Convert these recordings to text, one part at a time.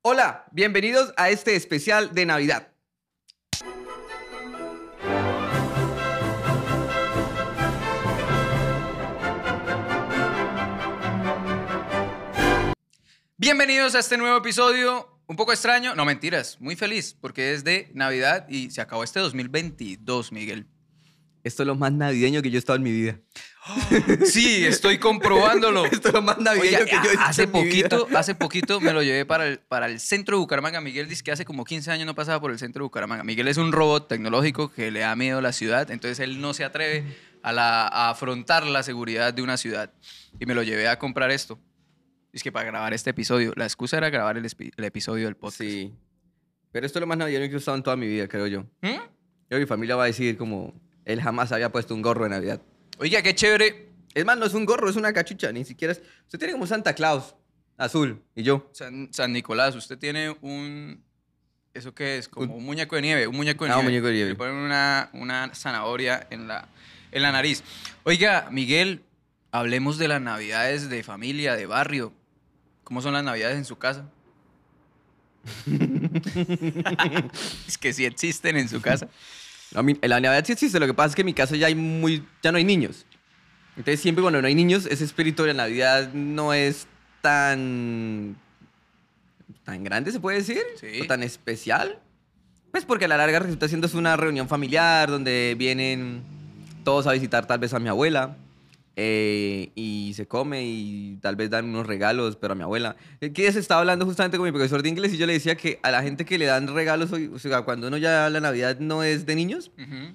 Hola, bienvenidos a este especial de Navidad. Bienvenidos a este nuevo episodio, un poco extraño, no mentiras, muy feliz, porque es de Navidad y se acabó este 2022, Miguel. Esto es lo más navideño que yo he estado en mi vida. Sí, estoy comprobándolo. Esto es lo más navideño Oiga, que yo he visto en mi vida. hace poquito me lo llevé para el centro de Bucaramanga. Miguel dice que hace como 15 años no pasaba por el centro de Bucaramanga. Miguel es un robot tecnológico que le da miedo a la ciudad, entonces él no se atreve a afrontar la seguridad de una ciudad. Y me lo llevé a comprar esto. Es que para grabar este episodio, la excusa era grabar el episodio del podcast. Sí, pero esto es lo más navideño que he estado en toda mi vida, creo yo. Mi familia va a decir como, él jamás había puesto un gorro de Navidad. Oiga, qué chévere. Es más, no es un gorro, es una cachucha, ni siquiera es... Usted tiene como Santa Claus, azul, y yo. San Nicolás, usted tiene un... ¿Eso qué es? Como un muñeco de nieve. Un muñeco de Ah, nieve. un muñeco de nieve. Le ponen una zanahoria en la nariz. Oiga, Miguel, hablemos de las navidades de familia, de barrio. ¿Cómo son las navidades en su casa? Es que sí existen en su casa. A mí, la Navidad sí existe, lo que pasa es que en mi casa ya no hay niños. Entonces siempre cuando no hay niños, ese espíritu de la Navidad no es tan grande, se puede decir, Sí. o tan especial. Pues porque a la larga resulta siendo una reunión familiar donde vienen todos a visitar tal vez a mi abuela y se come y tal vez dan unos regalos, pero a mi abuela. Que se estaba hablando justamente con mi profesor de inglés y yo le decía que a la gente que le dan regalos, o sea, cuando uno ya la Navidad no es de niños,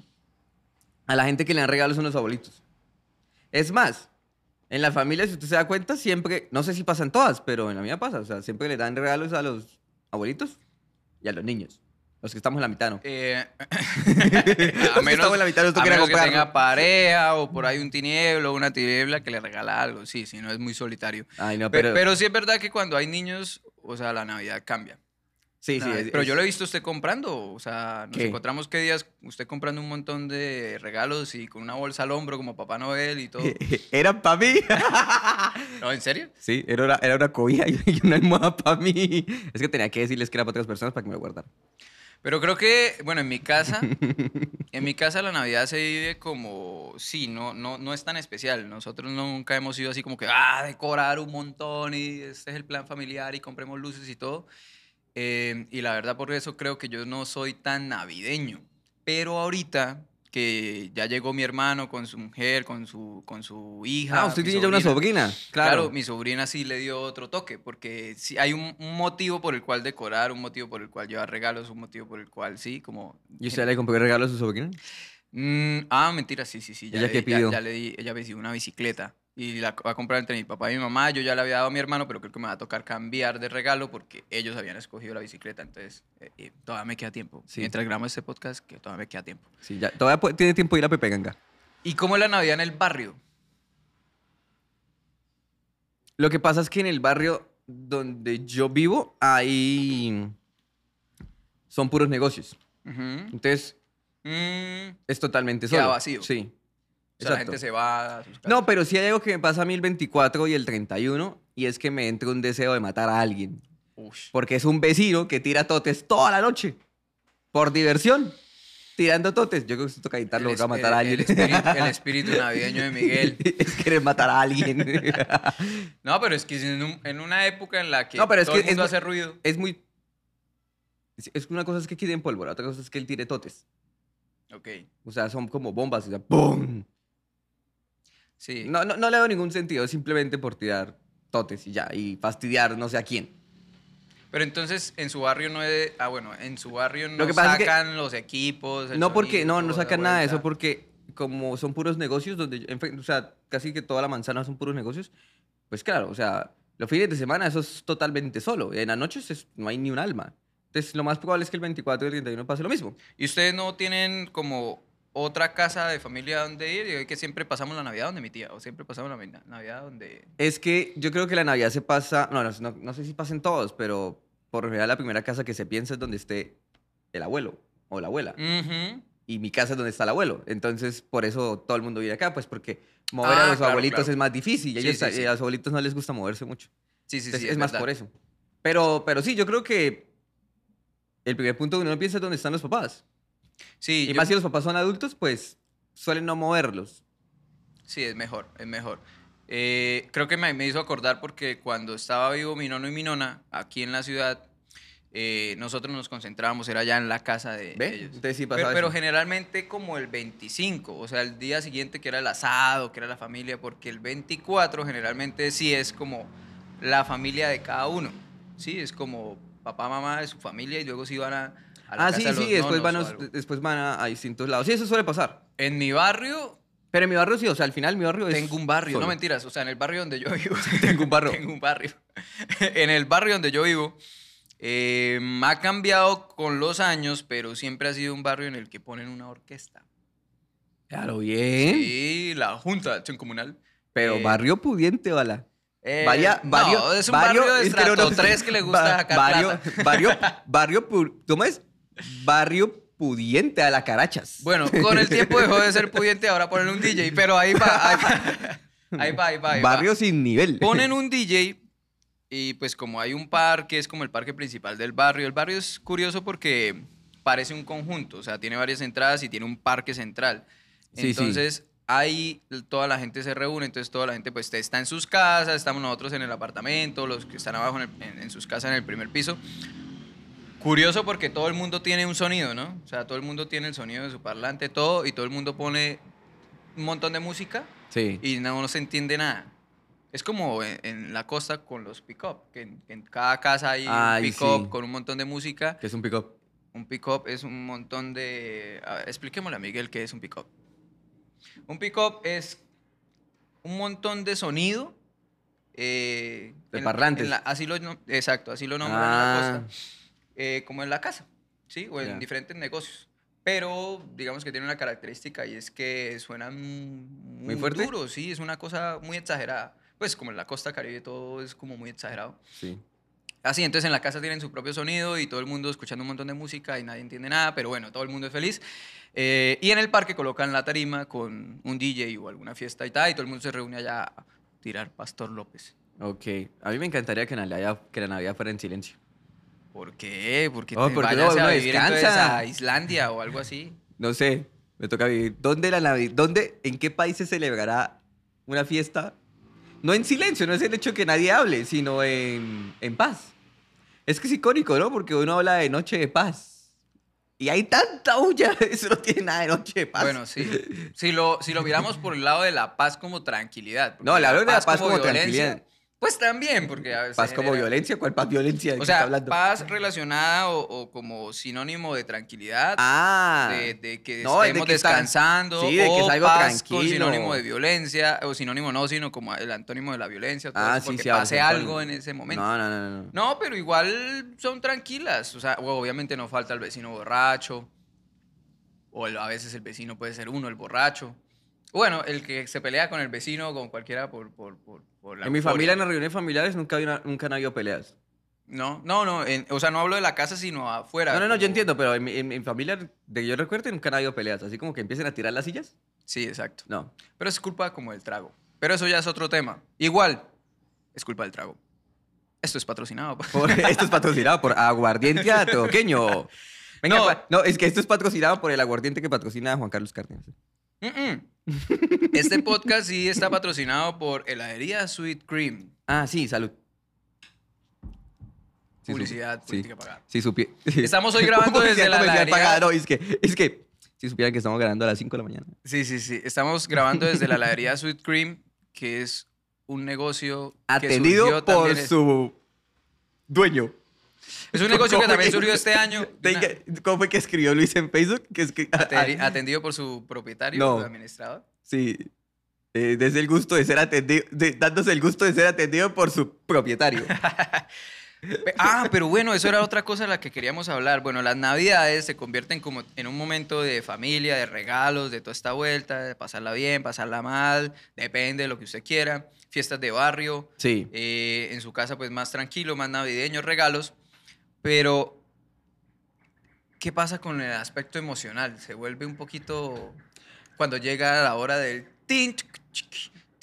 a la gente que le dan regalos son los abuelitos. Es más, en la familia, si usted se da cuenta, siempre, no sé si pasan todas, pero en la mía pasa, o sea, siempre le dan regalos a los abuelitos y a los niños. Los que estamos en la mitad, ¿no? A Los que estamos en la mitad, nos toca ir a menos que comprarlo. tenga pareja o por ahí un tinieblo o una tiniebla que le regala algo. Sí, si no es muy solitario. Ay, no, Pero sí es verdad que cuando hay niños, o sea, la Navidad cambia. Sí, sí. Pero yo lo he visto usted comprando. O sea, nos ¿Qué? encontramos qué días usted comprando un montón de regalos y con una bolsa al hombro como Papá Noel y todo. Eran para mí. ¿No, en serio? Sí, era una cobija y una almohada para mí. Es que tenía que decirles que era para otras personas para que me lo guardaran. Pero creo que, bueno, en mi casa la Navidad se vive como, sí, no es tan especial. Nosotros nunca hemos sido así como que, decorar un montón y este es el plan familiar y compremos luces y todo. Y la verdad por eso creo que yo no soy tan navideño. Pero ahorita que ya llegó mi hermano con su mujer, con su hija. Usted mi tiene ya una sobrina. Claro, mi sobrina sí le dio otro toque, porque sí hay un motivo por el cual decorar, un motivo por el cual llevar regalos, un motivo por el cual sí, como... ¿Y usted le compró regalo a su sobrina? Mentira, sí. ¿Ella qué pidió? Ella pidió una bicicleta y la va a comprar entre mi papá y mi mamá. Yo ya la había dado a mi hermano, pero creo que me va a tocar cambiar de regalo porque ellos habían escogido la bicicleta. Entonces, todavía me queda tiempo. Sí. Mientras grabamos este podcast, que todavía me queda tiempo. Sí, ya. Todavía tiene tiempo de ir a Pepe Ganga. ¿Y cómo es la Navidad en el barrio? Lo que pasa es que en el barrio donde yo vivo, ahí son puros negocios. Ujú. Entonces, es totalmente Queda solo. vacío. Sí. O sea, la Exacto. gente se va a sus casas. No, pero sí hay algo que me pasa a mí el 24 y el 31, y es que me entra un deseo de matar a alguien. Ush. Porque es un vecino que tira totes toda la noche. Por diversión. Tirando totes. Yo creo que esto toca editarlo, El va a matar a alguien. el espíritu navideño de Miguel. Es querer matar a alguien. No, pero es que en una época en la que No, pero es todo que el mundo es hace ruido. Es muy... Es una cosa es que quede en pólvora, otra cosa es que él tire totes. Ok, O sea, son como bombas. O sea, ¡pum! sí. No le doy ningún sentido, simplemente por tirar totes y ya. Y fastidiar no sé a quién. Pero entonces en su barrio no es... bueno, en su barrio no Lo que pasa es que- sacan los equipos, el No, porque sonido, no toda la sacan nada de eso, vuelta. porque como son puros negocios, o sea, casi que toda la manzana son puros negocios, pues claro, o sea, los fines de semana eso es totalmente solo. En las noches no hay ni un alma. Entonces, lo más probable es que el 24 y el 31 pase lo mismo. ¿Y ustedes no tienen como otra casa de familia donde ir? Digo, que siempre pasamos la Navidad donde mi tía, o siempre pasamos la Navidad donde... Es que yo creo que la Navidad se pasa, no sé si pasen todos, pero por lo general la primera casa que se piensa es donde esté el abuelo o la abuela. Ujú. Y mi casa es donde está el abuelo. Entonces, por eso todo el mundo vive acá, pues porque mover a los Claro, abuelitos claro. es más difícil y Sí, sí, sí. a los abuelitos no les gusta moverse mucho. Sí, Entonces, sí, es más verdad. por eso. Pero sí, yo creo que el primer punto que uno piensa es dónde están los papás. Sí, Y más si los papás son adultos, pues suelen no moverlos. sí, es mejor, es mejor. Creo que me hizo acordar porque cuando estaba vivo mi nono y mi nona, aquí en la ciudad, nosotros nos concentrábamos, era ya en la casa de ¿Ve? ellos. Entonces sí Pero, pasaba pero eso. generalmente como el 25, o sea, el día siguiente que era el asado, que era la familia, porque el 24 generalmente sí es como la familia de cada uno. Sí, es como papá, mamá de su familia y luego sí van a la Ah, casa sí, de sí, los nonos o algo. después van a distintos lados. Sí, eso suele pasar. En mi barrio Pero en mi barrio sí, o sea, al final mi barrio es tengo un barrio, no solo. mentiras, o sea, en el barrio donde yo vivo, Tengo un barrio. tengo un barrio. En el barrio donde yo vivo, ha cambiado con los años, pero siempre ha sido un barrio en el que ponen una orquesta. Claro, bien. Sí, la Junta de Acción Comunal. Pero Eh, barrio pudiente, bala. no, es un barrio de es que no, estrato 3 que le gusta sacar barrio, plata. ¿cómo es? Barrio pudiente a la Carachas. Bueno, con el tiempo dejó de ser pudiente, ahora ponen un DJ, pero ahí va, ahí va. Ahí va, ahí va, ahí va. Barrio sin nivel. Ponen un DJ y pues como hay un parque, es como el parque principal del barrio. El barrio es curioso porque parece un conjunto, o sea, tiene varias entradas y tiene un parque central. Sí, Entonces, ahí toda la gente se reúne, entonces toda la gente pues está en sus casas, estamos nosotros en el apartamento, los que están abajo en sus casas en el primer piso. Curioso porque todo el mundo tiene un sonido, ¿no? O sea, todo el mundo tiene el sonido de su parlante, todo, y todo el mundo pone un montón de música Sí. y no se entiende nada. Es como en la costa con los pick-up, que en cada casa hay un Ay, pick-up sí. con un montón de música. Que es un pick-up. Un pick-up es un montón de... A ver, expliquémosle a Miguel qué es un pick-up. Un pick-up es un montón de sonido. De parlantes. Exacto, así lo nombran en la costa. Como en la casa, ¿sí? O en Ya. diferentes negocios. Pero digamos que tiene una característica y es que suenan ¿Muy muy fuerte? duros, sí, es una cosa muy exagerada. Pues como en la costa Caribe todo es como muy exagerado. Sí. Así, entonces en la casa tienen su propio sonido y todo el mundo escuchando un montón de música y nadie entiende nada, pero bueno, todo el mundo es feliz. Y en el parque colocan la tarima con un DJ o alguna fiesta y tal, y todo el mundo se reúne allá a tirar Pastor López. Ok. A mí me encantaría que la Navidad fuera en silencio. ¿Por qué? Porque Oh, porque váyanse uno a vivir entonces descansa. a Islandia o algo así. No sé, me toca vivir. ¿En qué país se celebrará una fiesta? No en silencio, no es el hecho de que nadie hable, sino en paz. Es que es icónico, ¿no? Porque uno habla de noche de paz. Y hay tanta bulla, eso no tiene nada de noche de paz. Bueno, sí. Si lo miramos por el lado de la paz como tranquilidad. No, Porque la verdad, la paz como violencia, tranquilidad. pues también, porque a veces ¿Paz como violencia? ¿Cuál paz violencia? ¿De O qué está sea, hablando? paz relacionada o como sinónimo de tranquilidad, Ah. de que No, es de estemos que está- descansando, sí, de que es o algo paz con tranquilo. sinónimo de violencia, o sinónimo no, sino como el antónimo de la violencia, todo Ah, eso, sí, porque sí, ahora pase se algo ponen- en ese momento. No, no, no, no. No, pero igual son tranquilas. O sea, obviamente no falta el vecino borracho. O a veces el vecino puede ser uno, el borracho. Bueno, el que se pelea con el vecino o con cualquiera por la En mi familia, en euforia. las reuniones familiares, nunca han habido peleas. No, no, no. O sea, no hablo de la casa, sino afuera. No, no, no, yo como- entiendo, pero en mi familia, de que yo recuerdo, nunca han habido peleas. Así como que empiecen a tirar las sillas. Sí, exacto. No. Pero es culpa como del trago. Pero eso ya es otro tema. Igual, es culpa del trago. Esto es patrocinado. Esto es patrocinado por Aguardiente Antioqueño. Venga, No. no, es que esto es patrocinado por el aguardiente que patrocina a Juan Carlos Cárdenas. Este podcast sí está patrocinado por Heladería Sweet Cream. Ah, sí, salud. Sí, Publicidad, sí. política pagada. Sí, Estamos hoy grabando desde la Publicidad heladería. pagada, no, es que si supieran que estamos grabando a las 5 de la mañana. Sí, sí, sí. Estamos grabando desde la heladería Sweet Cream, que es un negocio que Atendido surgió por también- su dueño. Es un negocio que ¿Cómo también que- surgió este año. ¿Cómo fue que escribió Luis en Facebook? Que es que, Atendido por su propietario, No. su administrador. sí, desde el gusto de ser atendido, dándose el gusto de ser atendido por su propietario. Pero bueno, eso era otra cosa de la que queríamos hablar. Bueno, las navidades se convierten como en un momento de familia, de regalos, de toda esta vuelta, de pasarla bien, pasarla mal, depende de lo que usted quiera. Fiestas de barrio, Sí. en su casa pues más tranquilo, más navideños, regalos. Pero, ¿qué pasa con el aspecto emocional? Se vuelve un poquito cuando llega la hora del tin, chic, chic,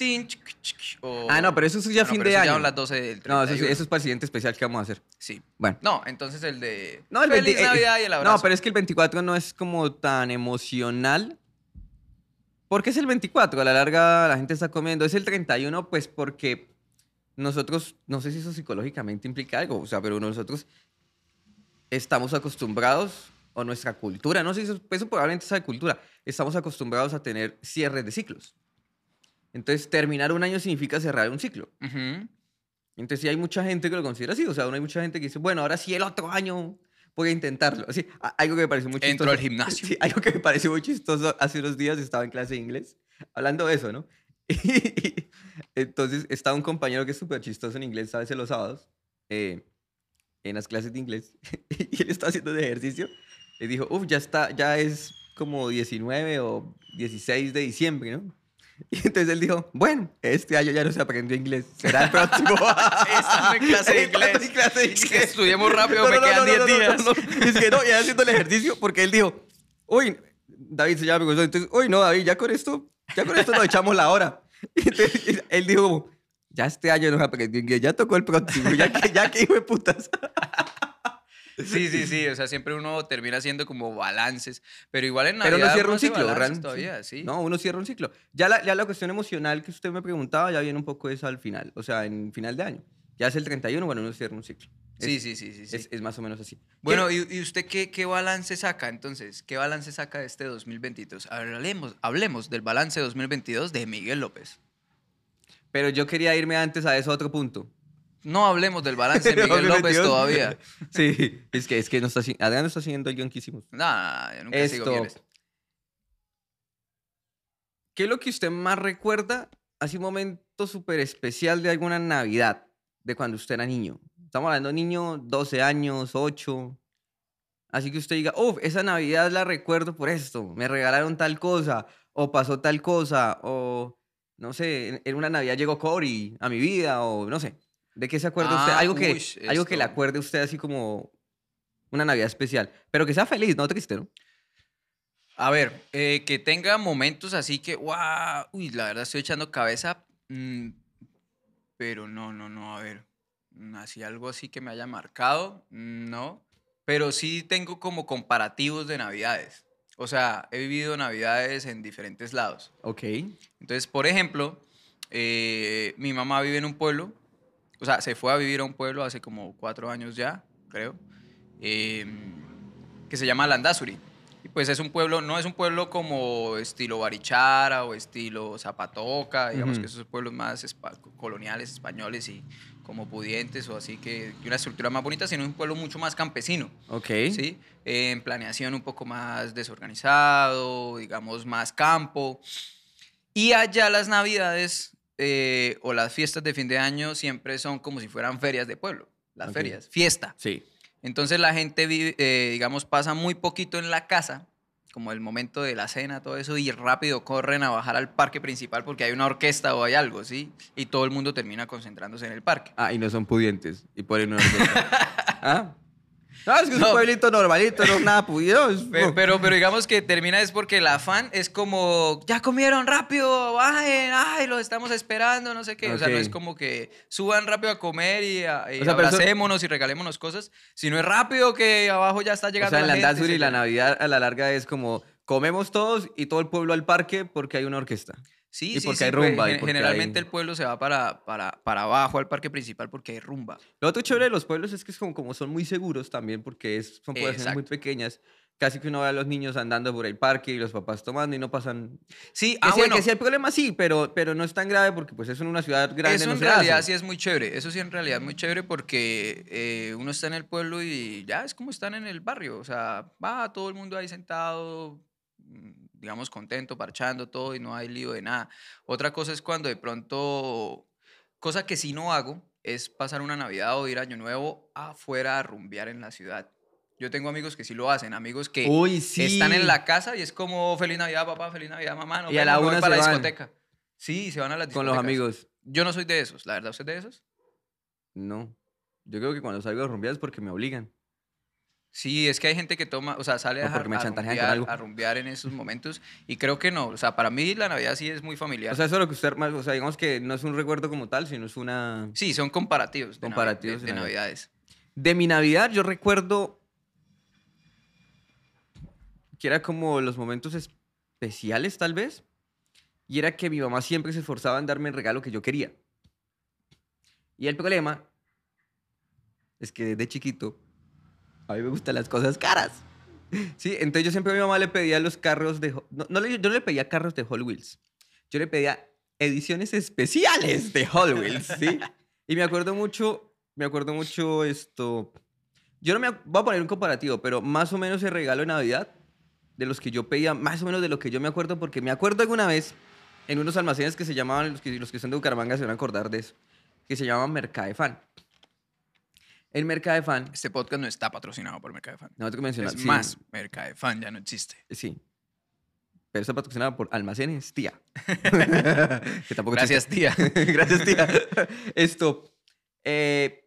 tin, chic, chic, Ah, no, pero eso es ya fin pero de eso ya año. son las 12 del No, 31. eso es para el siguiente especial que vamos a hacer. Sí. Bueno. No, entonces el de No, el Feliz 20 Navidad y el abrazo. no, pero es que el 24 no es como tan emocional. ¿Por qué es el 24? A la larga la gente está comiendo. Es el 31, pues porque nosotros, no sé si eso psicológicamente implica algo, o sea, pero nosotros estamos acostumbrados, o nuestra cultura, no sé si eso probablemente es de cultura, estamos acostumbrados a tener cierres de ciclos. Entonces, terminar un año significa cerrar un ciclo. Ujú. Entonces, sí hay mucha gente que lo considera así. O sea, no hay mucha gente que dice, bueno, ahora sí el otro año voy a intentarlo. Así, algo que me pareció muy Entro al chistoso. gimnasio. Sí, algo que me pareció muy chistoso. Hace unos días estaba en clase de inglés, hablando de eso, ¿no? Y entonces, estaba un compañero que es súper chistoso en inglés, a veces los sábados, eh, en las clases de inglés, y él está haciendo de ejercicio. Le dijo, uff, ya está, ya es como 19 o 16 de diciembre, ¿no? Y entonces él dijo, bueno, este año ya no se aprendió inglés, será el próximo. Estando en clase de Estando inglés. en clase de Es que inglés. estudiemos rápido, me quedan 10 días. Es que no, ya haciendo el ejercicio, porque él dijo, uy, David se llama mi profesor, entonces, uy, no, David, ya con esto nos echamos la hora. Y entonces él dijo, como, ya este año no se aprendió inglés, ya tocó el próximo, ya que hijo de putas. Sí, sí, sí. O sea, siempre uno termina haciendo como balances. Pero igual en Pero Navidad uno cierra uno un hace ciclo, balances realmente. todavía, sí. No, uno cierra un ciclo. Ya la cuestión emocional que usted me preguntaba ya viene un poco eso al final, o sea, en final de año. Ya es el 31, bueno, uno cierra un ciclo. Sí, sí, sí, sí, sí. Es más o menos así. Bueno, ¿y usted qué balance saca entonces? ¿Qué balance saca de este 2022? Hablemos del balance 2022 de Miguel López. Pero yo quería irme antes a eso a otro punto. No hablemos del balance de Miguel López 2022. todavía. Sí, es que no está, Adrián no está siguiendo el guión que hicimos. No, no, no, yo nunca sigo Esto, guiones. ¿qué es lo que usted más recuerda? Así un momento súper especial de alguna Navidad, de cuando usted era niño. Estamos hablando de niño, 12 años, 8. Así que usted diga, uff, esa Navidad la recuerdo por esto. Me regalaron tal cosa, o pasó tal cosa, o no sé, en una Navidad llegó Cory a mi vida, o no sé. ¿De qué se acuerda usted? Ah, uy, Algo que le esto. acuerde usted así como una Navidad especial. Pero que sea feliz, no triste, ¿no? A ver, que tenga momentos así que, wow, uy, la verdad estoy echando cabeza, pero no, no, no, a ver, así algo así que me haya marcado, no, pero sí tengo como comparativos de Navidades. O sea, he vivido Navidades en diferentes lados. Ok. Entonces, por ejemplo, mi mamá vive en un pueblo, o sea, se fue a vivir a un pueblo hace como 4 años ya, creo, em, que se llama Landazuri. Y pues es un pueblo, no es un pueblo como estilo Barichara o estilo Zapatoca, digamos que Ujú. esos pueblos más coloniales españoles y como pudientes o así que una estructura más bonita, sino un pueblo mucho más campesino, Ok. ¿sí? En planeación un poco más desorganizado, digamos más campo. Y allá las navidades o las fiestas de fin de año siempre son como si fueran ferias de pueblo, las Ok. ferias, fiesta. Sí. Entonces la gente, digamos, pasa muy poquito en la casa, como el momento de la cena, todo eso, y rápido corren a bajar al parque principal porque hay una orquesta o hay algo, ¿sí? Y todo el mundo termina concentrándose en el parque. Ah, y no son pudientes. Y ponen una orquesta. ¿Ah? No, es que es un No, pueblito normalito, no es nada pudido. pero digamos que termina es porque el afán es como, ya comieron rápido, bajen, ay, los estamos esperando, no sé qué. O sea, no es Ok. como que suban rápido a comer O y sea, pero eso, abracémonos y regalémonos cosas, sino es rápido que abajo ya está o llegando sea, en la la gente, Andazuri la etcétera. Navidad a la larga es como comemos todos y todo el pueblo al parque porque hay una orquesta. Sí, Y sí, porque hay sí, pues rumba y porque generalmente hay... el pueblo se va para abajo al parque principal porque hay rumba. Lo otro chévere de los pueblos es que es como son muy seguros también porque son poblaciones muy Exacto. pequeñas. Casi que uno ve a los niños andando por el parque y los papás tomando y no pasan... Sí, Que bueno, sí hay problemas, sí, pero no es tan grave porque pues eso en una ciudad grande eso no en se realidad hace. sí es muy chévere. Eso sí en realidad es muy chévere porque uno está en el pueblo y ya es como están en el barrio. O sea, va todo el mundo ahí sentado, digamos, contento, parchando todo y no hay lío de nada. Otra cosa es cuando de pronto, cosa que sí no hago, es pasar una Navidad o ir Año Nuevo afuera a rumbear en la ciudad. Yo tengo amigos que sí lo hacen, amigos que Uy, están en sí. la casa y es como feliz Navidad, papá, feliz Navidad, mamá, nos Y a vemos, la me voy una se para la van discoteca. Sí, se van a las con los discotecas. amigos. Yo no soy de esos, la verdad. ¿Usted es de esos? No. Yo creo que cuando salgo a rumbear es porque me obligan. Sí, es que hay gente que toma, o sea, sale O porque me chantajean con algo. a rumbear en esos momentos y creo que no, o sea, para mí la Navidad sí es muy O familiar. sea, eso es lo que usted, o sea, digamos que no es un recuerdo como tal, sino es una Sí, son comparativos comparativos de de Navidad. Navidades. De mi Navidad, yo recuerdo que era como los momentos especiales, tal vez, y era que mi mamá siempre se esforzaba en darme el regalo que yo quería. Y el problema es que desde chiquito a mí me gustan las cosas caras. Sí, entonces yo siempre a mi mamá le pedía los carros de... yo no le pedía carros de Hot Wheels. Yo le pedía ediciones especiales de Hot Wheels, ¿sí? Y me acuerdo mucho esto... Yo no me... Voy a poner un comparativo, pero más o menos el regalo de Navidad, de los que yo pedía, más o menos de lo que yo me acuerdo, porque me acuerdo alguna vez en unos almacenes que se llamaban, los que son de Bucaramanga se van a acordar de eso, que se llamaban Mercadefan. El Mercadefan, Este podcast no está patrocinado por Mercadefan. no tengo que mencionar, Es sí, más, Mercadefan ya no existe. sí, pero está patrocinado por Almacenes Tía. Que tampoco Gracias, existe. tía. Gracias, tía. Esto. eh,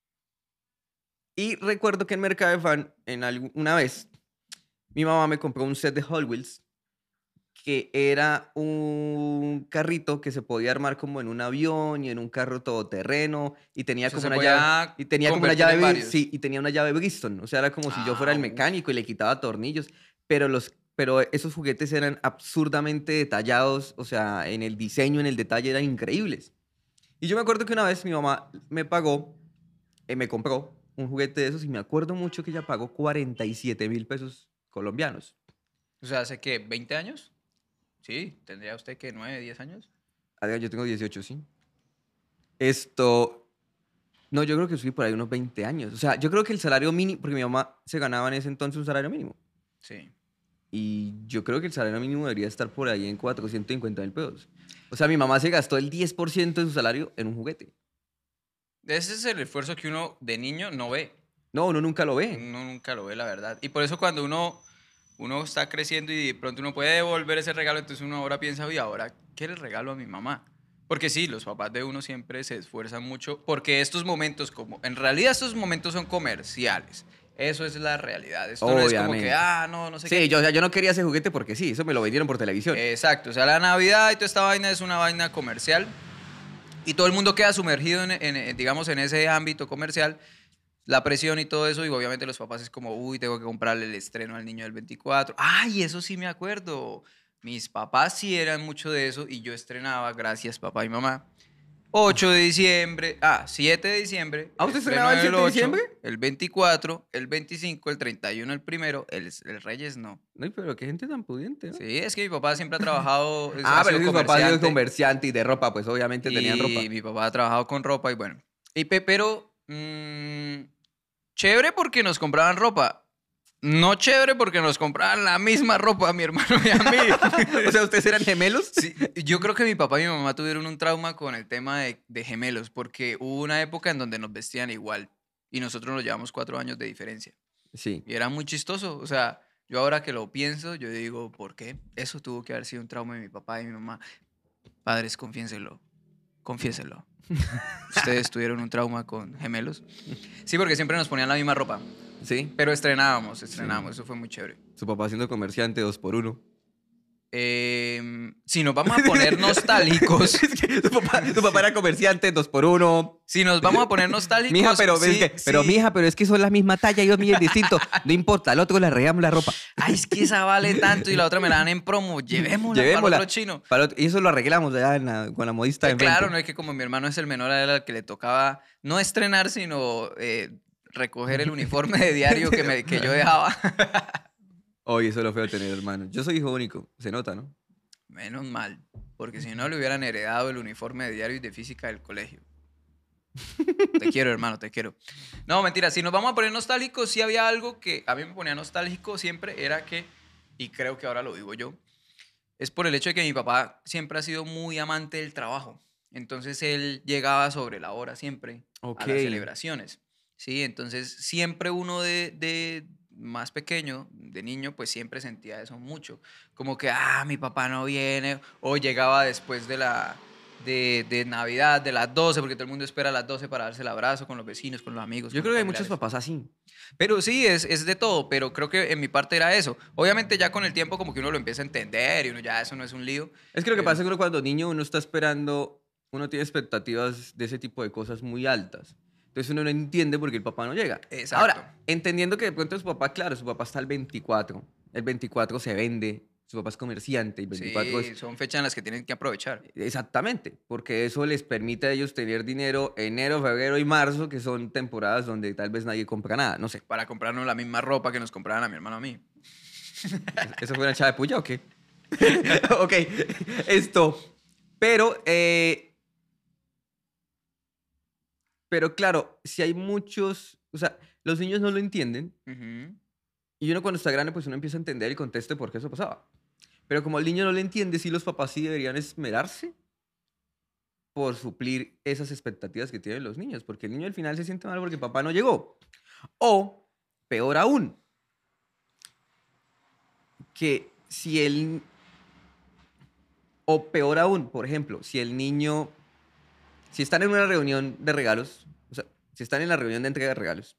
y recuerdo que en Mercadefan, una vez, mi mamá me compró un set de Hot Wheels que era un carrito que se podía armar como en un avión y en un carro todoterreno y tenía O sea, como se una llave. podía Y tenía como una convertir en llave, varios. sí, y tenía una llave Bristol. O sea, era como si yo fuera el Uf. mecánico y le quitaba tornillos. Pero esos juguetes eran absurdamente detallados. O sea, en el diseño, en el detalle, eran increíbles. Y yo me acuerdo que una vez mi mamá me compró un juguete de esos y me acuerdo mucho que ella pagó 47.000 pesos colombianos. O sea, ¿hace qué? ¿20 años? Sí, ¿tendría usted que 9, 10 años? Yo tengo 18, sí. Esto, no, yo creo que subí por ahí unos 20 años. O sea, yo creo que el salario mínimo, porque mi mamá se ganaba en ese entonces un salario mínimo. Sí. Y yo creo que el salario mínimo debería estar por ahí en 450.000 pesos. O sea, mi mamá se gastó el 10% de su salario en un juguete. Ese es el esfuerzo que uno de niño no ve. No, uno nunca lo ve. Uno nunca lo ve, la verdad. Y por eso cuando uno está creciendo y de pronto uno puede devolver ese regalo, entonces uno ahora piensa, oye, ¿ahora qué le regalo a mi mamá? Porque sí, los papás de uno siempre se esfuerzan mucho, porque estos momentos, en realidad estos momentos son comerciales. Eso es la realidad. Esto no es como que, Obviamente. no sé Sí, qué. o sea, yo no quería ese juguete porque sí, eso me lo vendieron por televisión. Exacto, o sea, la Navidad y toda esta vaina es una vaina comercial y todo el mundo queda sumergido digamos, en ese ámbito comercial, la presión y todo eso, y obviamente los papás es como, uy, tengo que comprarle el estreno al niño del 24. Ay, eso sí me acuerdo. Mis papás sí eran mucho de eso y yo estrenaba, gracias papá y mamá, 8 de diciembre, 7 de diciembre, ¿Ah, el usted estreno estrenaba el 7 de 8, diciembre? el 24, el 25, el 31, el primero, el Reyes no. No, pero qué gente tan pudiente, ¿no? Sí, es que mi papá siempre ha trabajado, Ah, ha pero sido es que su papá ha sido comerciante comerciante y de ropa, pues obviamente tenían ropa. y mi papá ha trabajado con ropa y bueno. Pero chévere porque nos compraban ropa. No chévere porque nos compraban la misma ropa a mi hermano y a mí. O sea, ¿ustedes eran gemelos? Sí, yo creo que mi papá y mi mamá tuvieron un trauma con el tema de gemelos porque hubo una época en donde nos vestían igual y nosotros nos llevamos 4 años de diferencia. Sí. Y era muy chistoso. O sea, yo ahora que lo pienso, yo digo, ¿por qué? Eso tuvo que haber sido un trauma de mi papá y mi mamá. Padres, confiéselo. Confiéselo. ¿Ustedes tuvieron un trauma con gemelos? Sí, porque siempre nos ponían la misma ropa. Sí. Pero estrenábamos. Eso fue muy chévere. Su papá siendo comerciante 2x1. Si nos vamos a poner nostálgicos. Es que tu papá era comerciante 2x1. Si nos vamos a poner nostálgicos. Mija, pero, sí, mija, pero es que son la misma talla, yo miden distinto. No importa, al otro le arreglamos la ropa. Ay, es que esa vale tanto y la otra me la dan en promo. Llevémosla para el otro chino. Y eso lo arreglamos allá con la modista de enfrente. Claro, no es que como mi hermano es el menor, a él al que le tocaba no estrenar, sino recoger el uniforme de diario que yo dejaba. Oye, eso es lo feo de tener hermanos. Yo soy hijo único, se nota, ¿no? Menos mal, porque si no le hubieran heredado el uniforme de diario y de física del colegio. Te quiero, hermano, te quiero. No, mentira, si nos vamos a poner nostálgicos, sí había algo que a mí me ponía nostálgico siempre, era que, y creo que ahora lo digo yo, es por el hecho de que mi papá siempre ha sido muy amante del trabajo. Entonces él llegaba sobre la hora siempre a las celebraciones. Sí, entonces siempre uno de más pequeño, de niño, pues siempre sentía eso mucho. Como que, mi papá no viene, o llegaba después de Navidad, de las 12, porque todo el mundo espera a las 12 para darse el abrazo con los vecinos, con los amigos. Yo con creo los que hay muchos familiares. papás así. Pero sí, es de todo, pero creo que en mi parte era eso. Obviamente ya con el tiempo como que uno lo empieza a entender y uno ya eso no es un lío. Es que lo que Pero pasa es que uno cuando niño uno está esperando, uno tiene expectativas de ese tipo de cosas muy altas. Entonces uno no entiende por qué el papá no llega. exacto. Ahora, entendiendo que de pronto su papá, claro, su papá está el 24 se vende, su papá es comerciante, el 24 es... Sí, son fechas en las que tienen que aprovechar Exactamente, porque eso les permite a ellos tener dinero enero, febrero y marzo, que son temporadas donde tal vez nadie compra nada, no sé. para comprarnos la misma ropa que nos compraban a mi hermano a mí. ¿Eso fue una echada de puya o qué? Ok, esto. Pero, pero claro, si hay muchos, o sea, los niños no lo entienden Ujú. y uno cuando está grande pues uno empieza a entender y conteste por qué eso pasaba. Pero como el niño no lo entiende, sí los papás sí deberían esmerarse por suplir esas expectativas que tienen los niños, porque el niño al final se siente mal porque papá no llegó. O, peor aún, que si el, o peor aún, por ejemplo, si el niño, si están en una reunión de regalos, o sea, si están en la reunión de entrega de regalos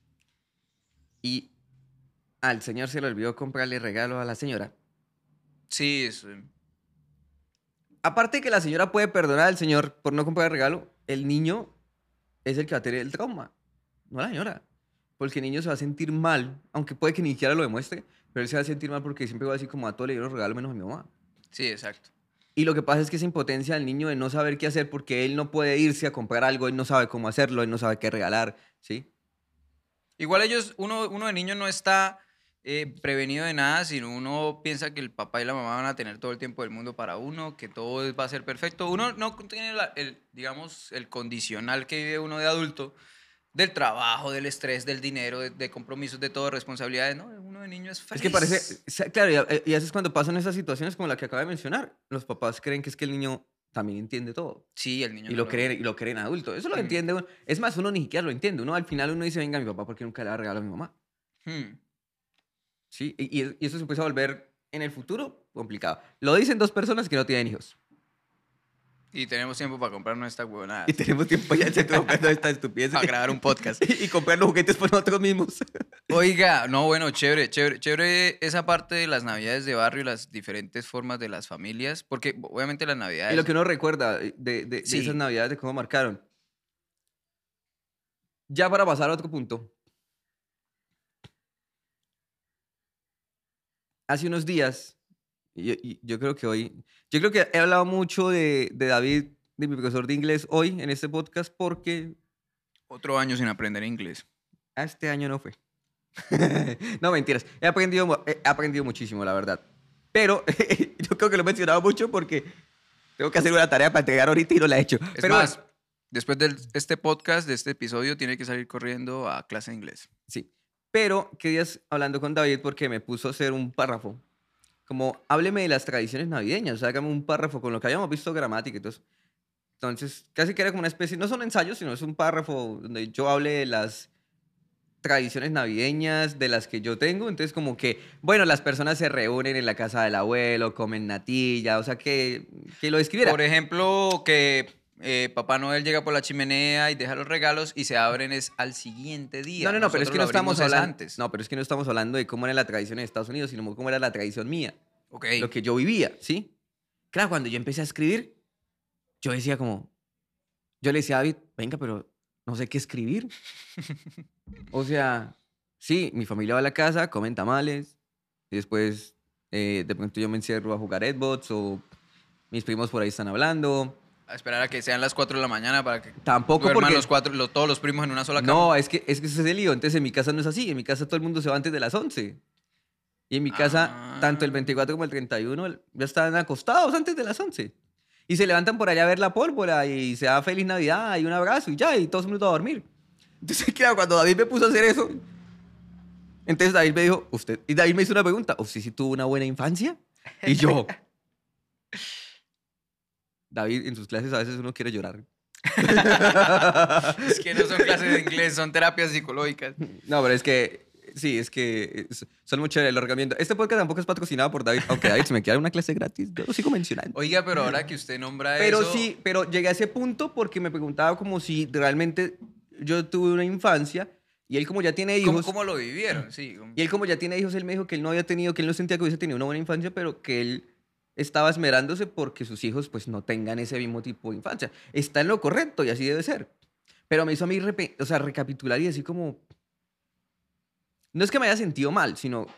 y al señor se le olvidó comprarle regalo a la señora, Sí, aparte de que la señora puede perdonar al señor por no comprar el regalo, el niño es el que va a tener el trauma, no la señora. Porque el niño se va a sentir mal, aunque puede que ni siquiera lo demuestre, pero él se va a sentir mal porque siempre va a decir como a todo le dieron regalo menos a mi mamá. sí, exacto. Y lo que pasa es que esa impotencia del niño de no saber qué hacer porque él no puede irse a comprar algo, él no sabe cómo hacerlo, él no sabe qué regalar, ¿sí? Igual uno de niño no está prevenido de nada, sino uno piensa que el papá y la mamá van a tener todo el tiempo del mundo para uno, que todo va a ser perfecto. Uno no tiene digamos, el condicional que vive uno de adulto, del trabajo, del estrés, del dinero, de compromisos, de todo, responsabilidades. No, uno de niño es Es que feliz. parece, claro, y a veces cuando pasan esas situaciones como la que acaba de mencionar, los papás creen que es que el niño también entiende todo. Sí, el niño Y no lo lo... creen, y lo creen adulto. Eso lo Hmm, entiende uno. Es más, uno ni siquiera lo entiende. Uno al final uno dice, venga, mi papá, ¿por qué nunca le da regalo a mi mamá? hmm. ¿Sí? Y eso se empieza a volver en el futuro complicado. Lo dicen dos personas que no tienen hijos. Y tenemos tiempo para comprarnos estas Y huevonadas, tenemos tiempo ya de comprando esta estupidez para grabar un podcast. y comprar los juguetes por nosotros mismos. Oiga, no, bueno, chévere, chévere, chévere esa parte de las navidades de barrio y las diferentes formas de las familias, porque obviamente las Y navidades, lo que uno recuerda de esas sí, navidades, de cómo marcaron. Ya para pasar a otro punto. Hace unos días, y yo creo que hoy, yo creo que he hablado mucho de David, de mi profesor de inglés hoy en este podcast porque otro año sin aprender inglés. a este año no fue. No, mentiras. He aprendido muchísimo, la verdad. Pero yo creo que lo he mencionado mucho porque tengo que hacer una tarea para entregar ahorita y no la he hecho. Es Pero más, bueno, después de este podcast, de este episodio, tiene que salir corriendo a clase de inglés. sí. Pero qué días hablando con David porque me puso a hacer un párrafo. Como, hábleme de las tradiciones navideñas. O sea, hágame un párrafo con lo que habíamos visto gramática y todo eso. Entonces, casi que era como una especie, no son ensayos, sino es un párrafo donde yo hable de las tradiciones navideñas de las que yo tengo. Entonces, como que, bueno, las personas se reúnen en la casa del abuelo, comen natilla, o sea, que lo describiera. Por ejemplo, que Papá Noel llega por la chimenea y deja los regalos y se abren es al siguiente día. No, pero es Nosotros que lo no estamos abrimos es hablando, antes. no, pero es que no estamos hablando de cómo era la tradición en Estados Unidos, sino cómo era la tradición mía, Ok. lo que yo vivía, ¿sí? Claro, cuando yo empecé a escribir, yo decía como, yo le decía a David, venga, pero no sé qué escribir. O sea, sí, mi familia va a la casa, comen tamales, y después de pronto yo me encierro a jugar Xbox o mis primos por ahí están hablando. A esperar a que sean las 4 de la mañana para que Tampoco duerman porque... los cuatro, todos los primos en una sola cama. No, es que ese es el lío. Entonces en mi casa no es así. En mi casa todo el mundo se va antes de las 11. Y en mi casa, tanto el Ah. 24 como el 31 ya están acostados antes de las 11. Y se levantan por allá a ver la pólvora y se da feliz Navidad y un abrazo y ya, y todos minutos a dormir. Entonces, claro, cuando David me puso a hacer eso, entonces David me dijo, usted, y David me hizo una pregunta, ¿usted sí tuvo una buena infancia? Y yo, David, en sus clases a veces uno quiere llorar. Es que no son clases de inglés, son terapias psicológicas. No, pero es que, sí, es que son muy chéveres, lo recomiendo. Este podcast tampoco es patrocinado por David, aunque David, si me quiere una clase gratis, yo lo sigo mencionando. Oiga, pero ahora que usted nombra Pero eso... sí, pero llegué a ese punto porque me preguntaba como si realmente yo tuve una infancia Y él como ya tiene ¿Cómo, hijos, cómo lo vivieron? Sí. y él como ya tiene hijos, él me dijo que él no había tenido, que él no sentía que hubiese tenido una buena infancia, pero que él estaba esmerándose porque sus hijos pues no tengan ese mismo tipo de infancia. Está en lo correcto y así debe ser. Pero me hizo a mí, o sea, recapitular y así como... No es que me haya sentido mal, sino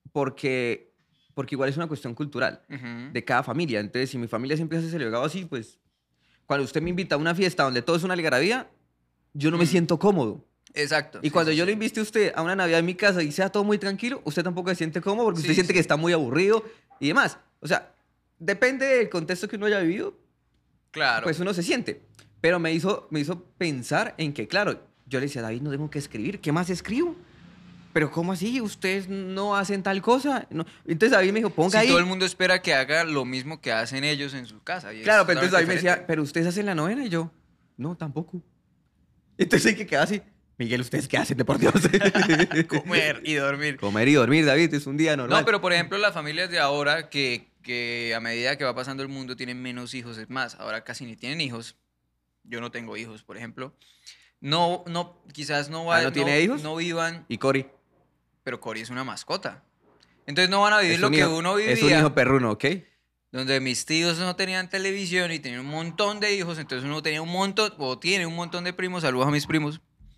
porque igual es una cuestión cultural Ujú. de cada familia. Entonces, si mi familia siempre se ha celebrado así, pues cuando usted me invita a una fiesta donde todo es una algarabía, yo no me Mm. siento cómodo. Exacto. Y Sí, cuando sí, yo sí. lo invite a usted a una Navidad en mi casa y sea todo muy tranquilo, usted tampoco se siente cómodo porque usted Sí, siente que sí. está muy aburrido y demás. O sea, depende del contexto que uno haya vivido, Claro. pues uno se siente. Pero me hizo pensar en que, claro, yo le decía, David, no tengo que escribir. ¿Qué más escribo? Pero ¿cómo así? ¿Ustedes no hacen tal cosa? No. Entonces David me dijo, ponga Si todo el ahí. mundo espera que haga lo mismo que hacen ellos en su casa y es Claro, pero entonces totalmente David me decía, diferente. pero ustedes hacen la novena y yo, no, tampoco. Entonces hay que quedar así, Miguel, ¿ustedes qué hacen de por Dios? Comer y dormir. Comer y dormir, David, es un día No, normal. pero por ejemplo, las familias de ahora que a medida que va pasando el mundo tienen menos hijos, es más, ahora casi ni tienen hijos. Yo no tengo hijos, por ejemplo. No, no, quizás no, Ah, ¿no tiene hijos? no vivan, Y Cory, pero Cory es una mascota. Entonces no van a vivir es lo un que hijo, uno es un hijo vivía, perruno, ¿ok? donde mis tíos no tenían televisión y tenían un montón de hijos, entonces uno tenía un montón, o tiene un montón de primos, saludos a mis primos.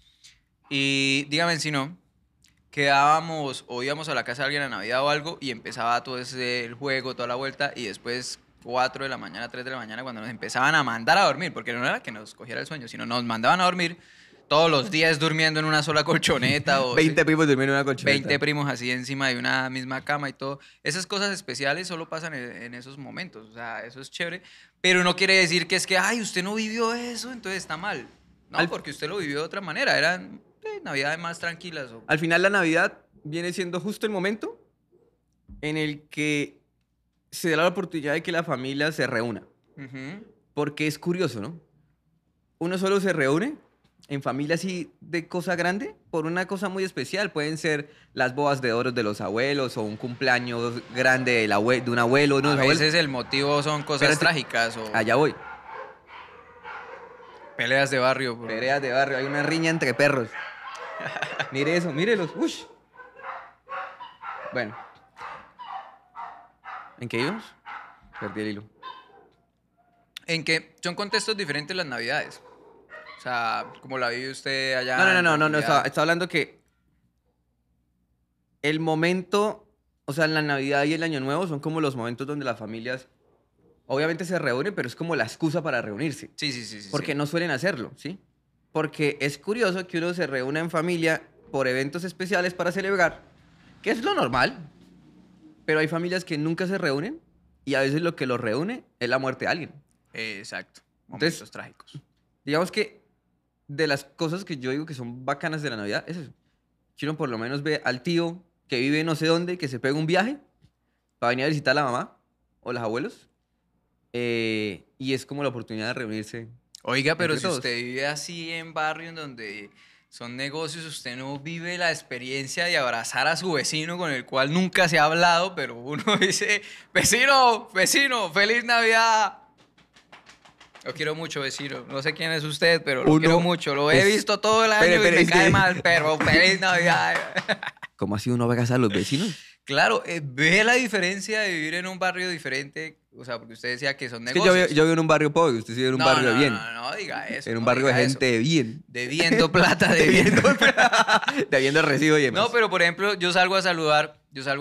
Y dígame si no, quedábamos o íbamos a la casa de alguien a Navidad o algo y empezaba todo ese el juego, toda la vuelta y después 4 de la mañana, 3 de la mañana cuando nos empezaban a mandar a dormir, porque no era que nos cogiera el sueño, sino nos mandaban a dormir todos los días durmiendo en una sola colchoneta o 20 primos durmiendo en una colchoneta. 20 primos así encima de una misma cama y todo. Esas cosas especiales solo pasan en esos momentos, o sea, eso es chévere, pero no quiere decir que es que, ay, usted no vivió eso, entonces está mal. No, Al, porque usted lo vivió de otra manera, eran navidades más tranquilas. al final la Navidad viene siendo justo el momento en el que se da la oportunidad de que la familia se reúna. Ujú. Porque es curioso, ¿no? Uno solo se reúne en familia así de cosa grande por una cosa muy especial. Pueden ser las bodas de oro de los abuelos o un cumpleaños grande de un abuelo, A unos abuelos. veces el motivo son cosas Espérate. trágicas o Allá voy. peleas de barrio. Peleas de barrio, hay una riña entre perros. Mire eso, mírelos. Ush. Bueno, ¿en qué íbamos? Perdí el hilo. En que son contextos diferentes las navidades. O sea, como la vive usted allá. No, no, no, en no, no, no, tranquilidad. estaba hablando que el momento, o sea, la Navidad y el Año Nuevo son como los momentos donde las familias obviamente se reúnen, pero es como la excusa para reunirse. Sí, sí, sí, sí. Porque sí. no suelen hacerlo, ¿sí? Porque es curioso que uno se reúna en familia por eventos especiales para celebrar, que es lo normal, pero hay familias que nunca se reúnen y a veces lo que los reúne es la muerte de alguien. Exacto. Entonces- Momentos trágicos. Digamos que de las cosas que yo digo que son bacanas de la Navidad es eso. Que uno por lo menos ve al tío que vive no sé dónde, que se pega un viaje para venir a visitar a la mamá o los abuelos. Y es como la oportunidad de reunirse. Oiga, pero Entre si todos. usted vive así en barrio en donde son negocios, usted no vive la experiencia de abrazar a su vecino con el cual nunca se ha hablado, pero uno dice, vecino, vecino, feliz Navidad. Lo quiero mucho, vecino. No sé quién es usted, pero lo Uno quiero mucho. Lo he es- visto todo el año Espere, y espere, me es cae que- mal, pero feliz Navidad. ¿Cómo así uno va a casar a los vecinos? Claro, ve la diferencia de vivir en un barrio diferente. O sea, porque usted decía que son Es que negocios. yo vivo en un barrio pobre, usted sí vive en un No, barrio no, de bien. No, no, diga eso. En un no barrio de diga eso. gente de bien. Debiendo plata, debiendo. Debiendo recibo y demás. No, pero por ejemplo, yo salgo a saludar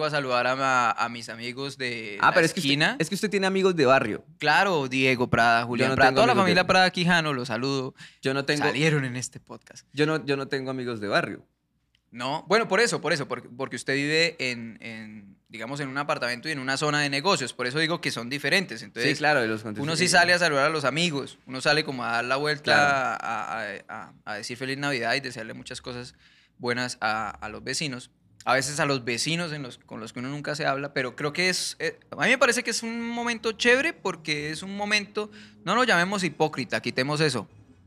a mis amigos de la pero es que, esquina. es que usted tiene amigos de barrio. Claro, Diego Prada, Julián no Prada, tengo toda la amigos familia de- Prada Quijano, los saludo. Yo no tengo, Salieron en este podcast. yo no tengo amigos de barrio. No, bueno, por eso, porque usted vive digamos, en un apartamento y en una zona de negocios, por eso digo que son diferentes. Entonces, Sí, claro, de los contextos. uno sí sale a saludar a los amigos, uno sale como a dar la vuelta Claro. a decir feliz Navidad y desearle muchas cosas buenas a los vecinos. A veces a los vecinos con los que uno nunca se habla, pero creo que a mí me parece que es un momento chévere porque es un momento, no lo llamemos hipócrita, quitemos eso.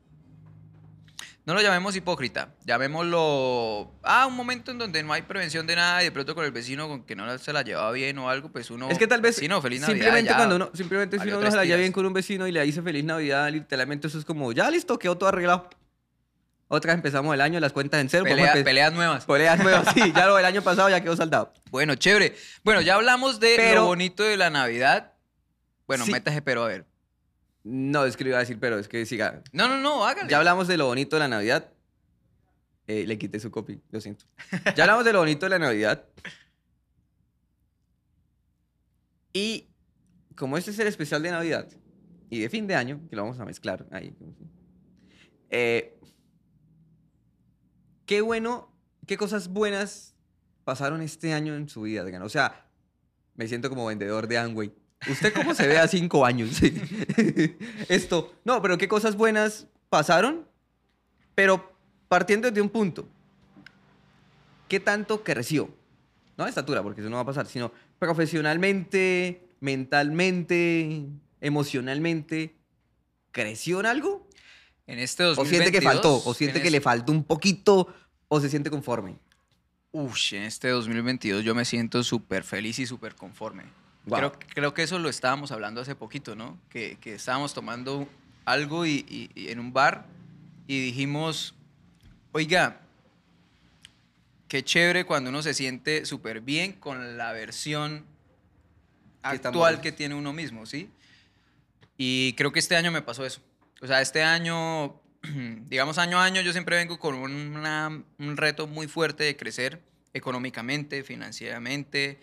No lo llamemos hipócrita, llamémoslo, un momento en donde no hay prevención de nada y de pronto con el vecino con que no se la llevaba bien o algo, pues uno... Es que tal vez Vecino, feliz Navidad, simplemente ya, cuando simplemente si valió uno no se la tres lleva tiras. bien con un vecino y le dice feliz Navidad, literalmente eso es como, ya listo, quedó todo arreglado. Otra vez empezamos el año, las cuentas en cero. Peleas nuevas. Peleas nuevas, sí. Ya lo del año pasado ya quedó saldado. Bueno, chévere. Bueno, ya hablamos de Pero- lo bonito de la Navidad. Bueno, Sí. métase pero a ver. No, es que lo iba a decir, pero es que siga. No, hágale. Ya hablamos de lo bonito de la Navidad. Le quité su copy, lo siento. Ya hablamos de lo bonito de la Navidad. Y como este es el especial de Navidad y de fin de año, que lo vamos a mezclar ahí. Qué bueno, qué cosas buenas pasaron este año en su vida, Adrián. O sea, me siento como vendedor de Amway. ¿Usted cómo se ve a 5 años? Esto, no, pero qué cosas buenas pasaron, pero partiendo de un punto. ¿Qué tanto creció? No de estatura, porque eso no va a pasar, sino profesionalmente, mentalmente, emocionalmente. ¿Creció en algo? En este ¿O 2022. siente que faltó? ¿O siente que le faltó un poquito? ¿O se siente conforme? En este 2022 yo me siento súper feliz y súper conforme. Guau. Creo que eso lo estábamos hablando hace poquito, ¿no? Que estábamos tomando algo y en un bar y dijimos, oiga, qué chévere cuando uno se siente súper bien con la versión Que actual estamos- que tiene uno mismo, ¿sí? Y creo que este año me pasó eso. O sea, este año, digamos año a año, yo siempre vengo con un reto muy fuerte de crecer económicamente, financieramente,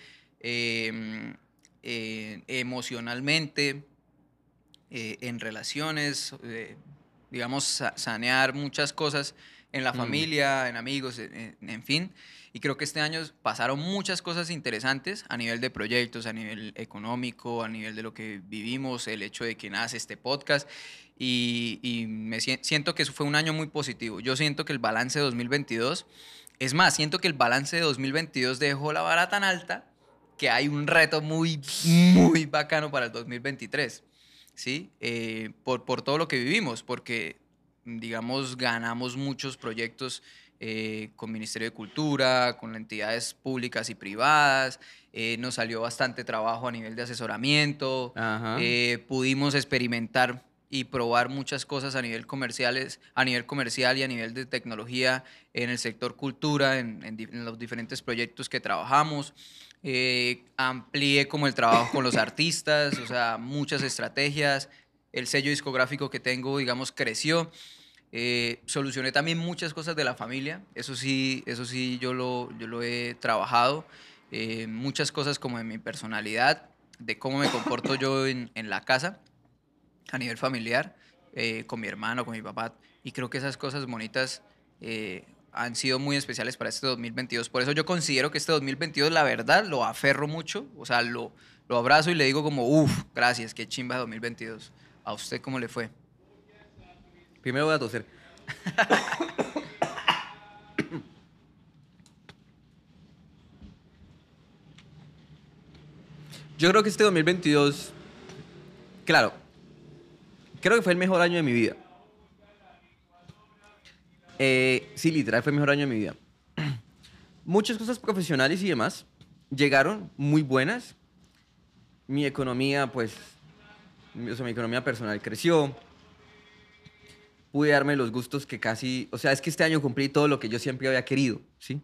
emocionalmente, en relaciones, digamos, sanear muchas cosas en la familia, en amigos, en fin. Y creo que este año pasaron muchas cosas interesantes a nivel de proyectos, a nivel económico, a nivel de lo que vivimos, el hecho de que nace este podcast. Y siento que eso fue un año muy positivo. Yo siento que el balance de 2022, es más, siento que el balance de 2022 dejó la vara tan alta que hay un reto muy, muy bacano para el 2023. ¿Sí? Por todo lo que vivimos, porque, digamos, ganamos muchos proyectos con Ministerio de Cultura, con entidades públicas y privadas, nos salió bastante trabajo a nivel de asesoramiento, Ajá. pudimos experimentar y probar muchas cosas a nivel comercial y a nivel de tecnología en el sector cultura, en los diferentes proyectos que trabajamos. Amplié como el trabajo con los artistas, o sea, muchas estrategias. El sello discográfico que tengo, digamos, creció. Solucioné también muchas cosas de la familia. Eso sí yo lo he trabajado. Muchas cosas como en mi personalidad, de cómo me comporto yo en la casa, a nivel familiar, con mi hermano, con mi papá. Y creo que esas cosas bonitas han sido muy especiales para este 2022. Por eso yo considero que este 2022, la verdad, lo aferro mucho. O sea, lo abrazo y le digo como, uff, gracias, qué chimba 2022. ¿A usted cómo le fue? Primero voy a toser. Yo creo que este 2022, claro, creo que fue el mejor año de mi vida. Sí, literal, fue el mejor año de mi vida. Muchas cosas profesionales y demás llegaron muy buenas. Mi economía, pues, o sea, mi economía personal creció. Pude darme los gustos que casi, o sea, es que este año cumplí todo lo que yo siempre había querido, ¿sí?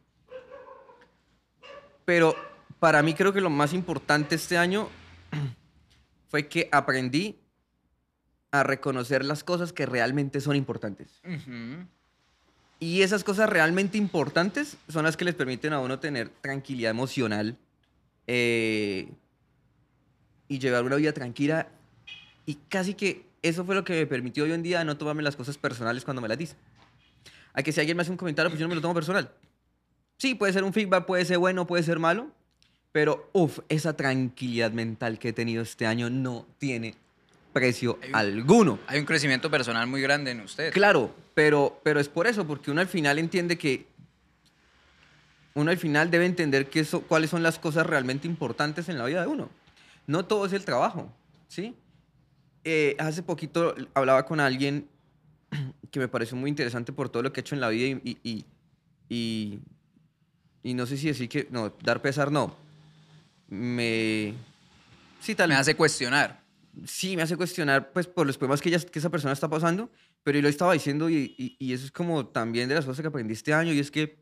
Pero para mí creo que lo más importante este año fue que aprendí a reconocer las cosas que realmente son importantes. Ujú. Y esas cosas realmente importantes son las que les permiten a uno tener tranquilidad emocional y llevar una vida tranquila. Y casi que eso fue lo que me permitió hoy en día no tomarme las cosas personales cuando me las dice. A que si alguien me hace un comentario, pues yo no me lo tomo personal. Sí, puede ser un feedback, puede ser bueno, puede ser malo, pero esa tranquilidad mental que he tenido este año no tiene precio Hay un- alguno. Hay un crecimiento personal muy grande en usted. Claro, pero es por eso, porque uno al final entiende que uno al final debe entender cuáles son las cosas realmente importantes en la vida de uno. No todo es el trabajo, ¿sí? Hace poquito hablaba con alguien que me pareció muy interesante por todo lo que he hecho en la vida y, y no sé si decir no, dar pesar no. Sí, Me hace cuestionar. sí me hace cuestionar, pues, por los problemas que esa persona está pasando, pero yo lo estaba diciendo y eso es como también de las cosas que aprendí este año y es que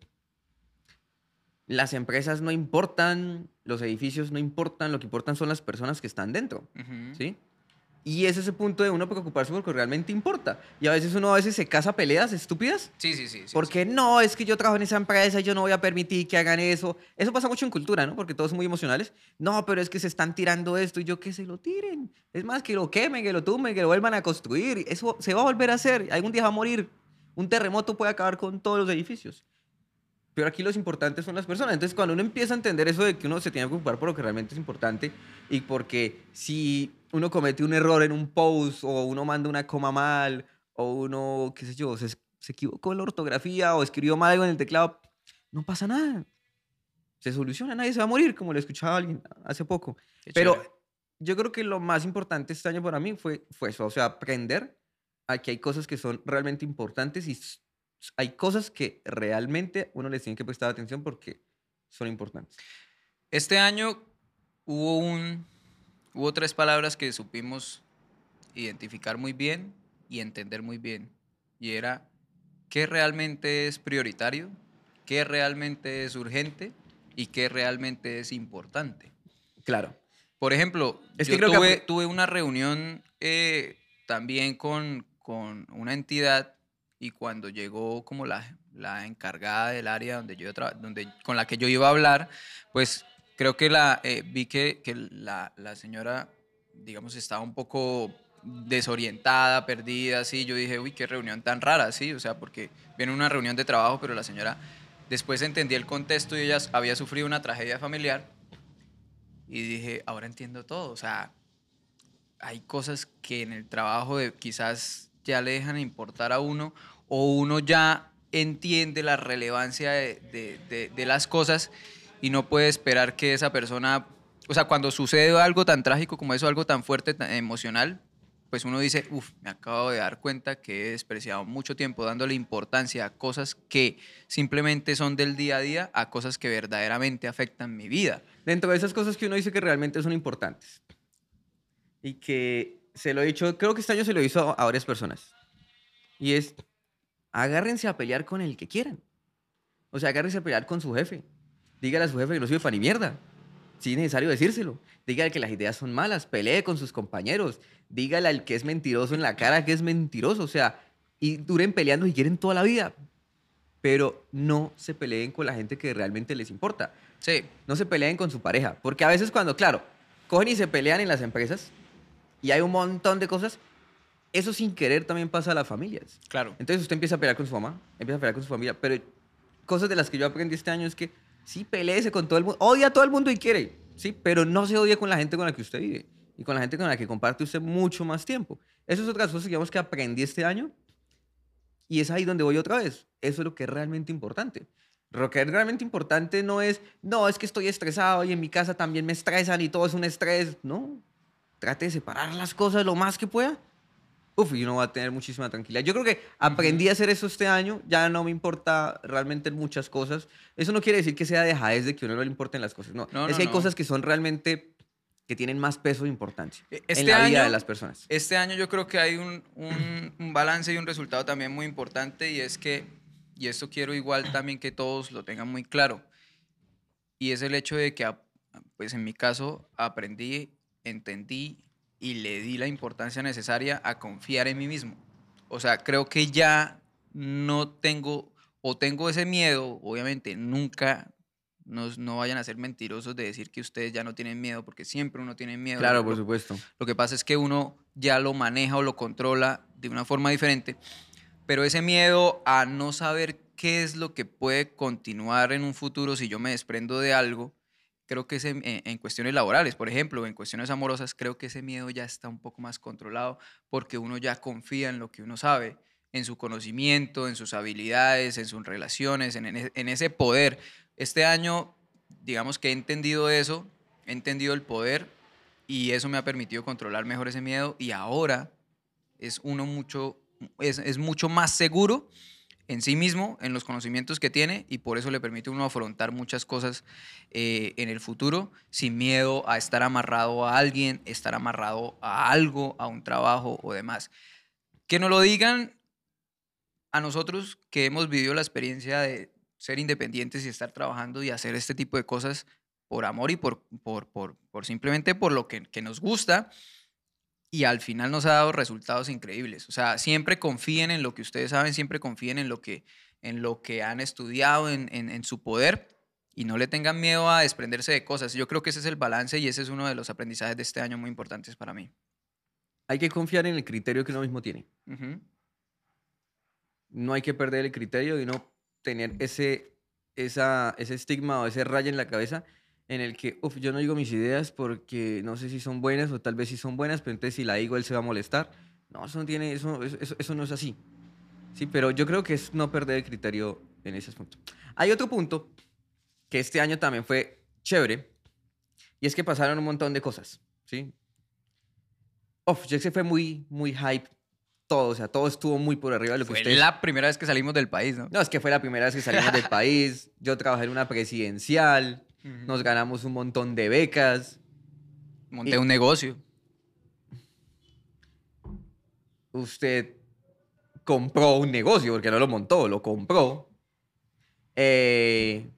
las empresas no importan, los edificios no importan, lo que importan son las personas que están dentro, Ujú. ¿sí? Y es ese punto de uno preocuparse por lo que realmente importa. Y a veces uno a veces se casa peleas estúpidas Sí, sí, sí, sí, sí. porque no, es que yo trabajo en esa empresa y yo no voy a permitir que hagan eso. Eso pasa mucho en cultura, ¿no? Porque todos son muy emocionales. No, pero es que se están tirando esto y yo que se lo tiren. Es más, que lo quemen, que lo tumben, que lo vuelvan a construir. Eso se va a volver a hacer. Algún día va a morir. Un terremoto puede acabar con todos los edificios. Pero aquí los importantes son las personas. Entonces, cuando uno empieza a entender eso de que uno se tiene que preocupar por lo que realmente es importante y porque si uno comete un error en un post o uno manda una coma mal o uno, qué sé yo, se equivocó en la ortografía o escribió mal algo en el teclado, no pasa nada. Se soluciona, nadie se va a morir, como le escuchaba a alguien hace poco. Qué Pero chévere. yo creo que lo más importante este año para mí fue eso, o sea, aprender a que hay cosas que son realmente importantes y hay cosas que realmente uno les tiene que prestar atención porque son importantes. Este año hubo hubo tres palabras que supimos identificar muy bien y entender muy bien. Y era qué realmente es prioritario, qué realmente es urgente y qué realmente es importante. Claro. Por ejemplo, Es que yo creo que tuve una reunión también con una entidad y cuando llegó como la encargada del área donde con la que yo iba a hablar, pues creo que vi que la señora, digamos, estaba un poco desorientada, perdida, así. Yo dije, uy, qué reunión tan rara, sí, o sea, porque viene una reunión de trabajo, pero la señora, después entendí el contexto y ella había sufrido una tragedia familiar y dije, ahora entiendo todo. O sea, hay cosas que en el trabajo quizás ya le dejan importar a uno o uno ya entiende la relevancia de las cosas y no puede esperar que esa persona, o sea, cuando sucede algo tan trágico como eso, algo tan fuerte, tan emocional, pues uno dice, uff, me acabo de dar cuenta que he despreciado mucho tiempo dándole importancia a cosas que simplemente son del día a día, a cosas que verdaderamente afectan mi vida. dentro de esas cosas que uno dice que realmente son importantes y que se lo he dicho, creo que este año se lo hizo a varias personas. Y es, agárrense a pelear con el que quieran. O sea, agárrense a pelear con su jefe. Dígale a su jefe que no sirve para ni mierda. Si es necesario decírselo. Dígale que las ideas son malas. Pelee con sus compañeros. Dígale al que es mentiroso en la cara que es mentiroso. O sea, y duren peleando si quieren toda la vida. Pero no se peleen con la gente que realmente les importa. Sí, No se peleen con su pareja. Porque a veces cuando, claro, cogen y se pelean en las empresas y hay un montón de cosas, eso sin querer también pasa a las familias. claro. Entonces usted empieza a pelear con su mamá, empieza a pelear con su familia, pero cosas de las que yo aprendí este año es que sí, peleese con todo el mundo, odia a todo el mundo y quiere, sí, pero no se odia con la gente con la que usted vive y con la gente con la que comparte usted mucho más tiempo. Eso es otra cosa, digamos, que aprendí este año y es ahí donde voy otra vez. Eso es lo que es realmente importante. Lo que es realmente importante no es, no, es que estoy estresado y en mi casa también me estresan y todo es un estrés. No, trate de separar las cosas lo más que pueda. Uf, y uno va a tener muchísima tranquilidad. Yo creo que aprendí Ujú. a hacer eso este año, ya no me importa realmente muchas cosas. Eso no quiere decir que sea dejadez de que a uno no le importen las cosas, no. No, Es no, que hay no. cosas que son realmente, que tienen más peso e importancia en Este la vida de año, las personas. este año yo creo que hay un balance y un resultado también muy importante y es que, y esto quiero igual también que todos lo tengan muy claro, y es el hecho de que, pues en mi caso, aprendí, entendí y le di la importancia necesaria a confiar en mí mismo. O sea, creo que ya no tengo, o tengo ese miedo, obviamente nunca, no vayan a ser mentirosos de decir que ustedes ya no tienen miedo, porque siempre uno tiene miedo. Claro, por supuesto. Lo que pasa es que uno ya lo maneja o lo controla de una forma diferente, pero ese miedo a no saber qué es lo que puede continuar en un futuro si yo me desprendo de algo, creo que en cuestiones laborales, por ejemplo, en cuestiones amorosas, creo que ese miedo ya está un poco más controlado porque uno ya confía en lo que uno sabe, en su conocimiento, en sus habilidades, en sus relaciones, en ese poder. Este año, digamos que he entendido eso, he entendido el poder y eso me ha permitido controlar mejor ese miedo y ahora es uno mucho, es mucho más seguro en sí mismo, en los conocimientos que tiene, y por eso le permite a uno afrontar muchas cosas en el futuro sin miedo a estar amarrado a alguien, estar amarrado a algo, a un trabajo o demás. Que nos lo digan a nosotros que hemos vivido la experiencia de ser independientes y estar trabajando y hacer este tipo de cosas por amor y por simplemente por lo que nos gusta, y al final nos ha dado resultados increíbles. O sea, siempre confíen en lo que ustedes saben, siempre confíen en lo que han estudiado, en su poder, y no le tengan miedo a desprenderse de cosas. Yo creo que ese es el balance y ese es uno de los aprendizajes de este año muy importantes para mí. Hay que confiar en el criterio que uno mismo tiene. Ujú. No hay que perder el criterio de no tener ese estigma o ese raya en la cabeza en el que, uff, yo no digo mis ideas porque no sé si son buenas o tal vez sí son buenas, pero entonces si la digo él se va a molestar. No, eso no tiene, eso no es así. Sí, pero yo creo que es no perder el criterio en ese punto. Hay otro punto que este año también fue chévere y es que pasaron un montón de cosas, ¿sí? Uf, yo sé que fue muy hype todo, o sea, todo estuvo muy por arriba de lo que Fue ustedes... la primera vez que salimos del país, ¿no? No, es que fue la primera vez que salimos del país, yo trabajé en una presidencial, nos Ujú. ganamos un montón de becas, Monté y un negocio. usted compró un negocio, porque no lo montó, lo compró. Eh,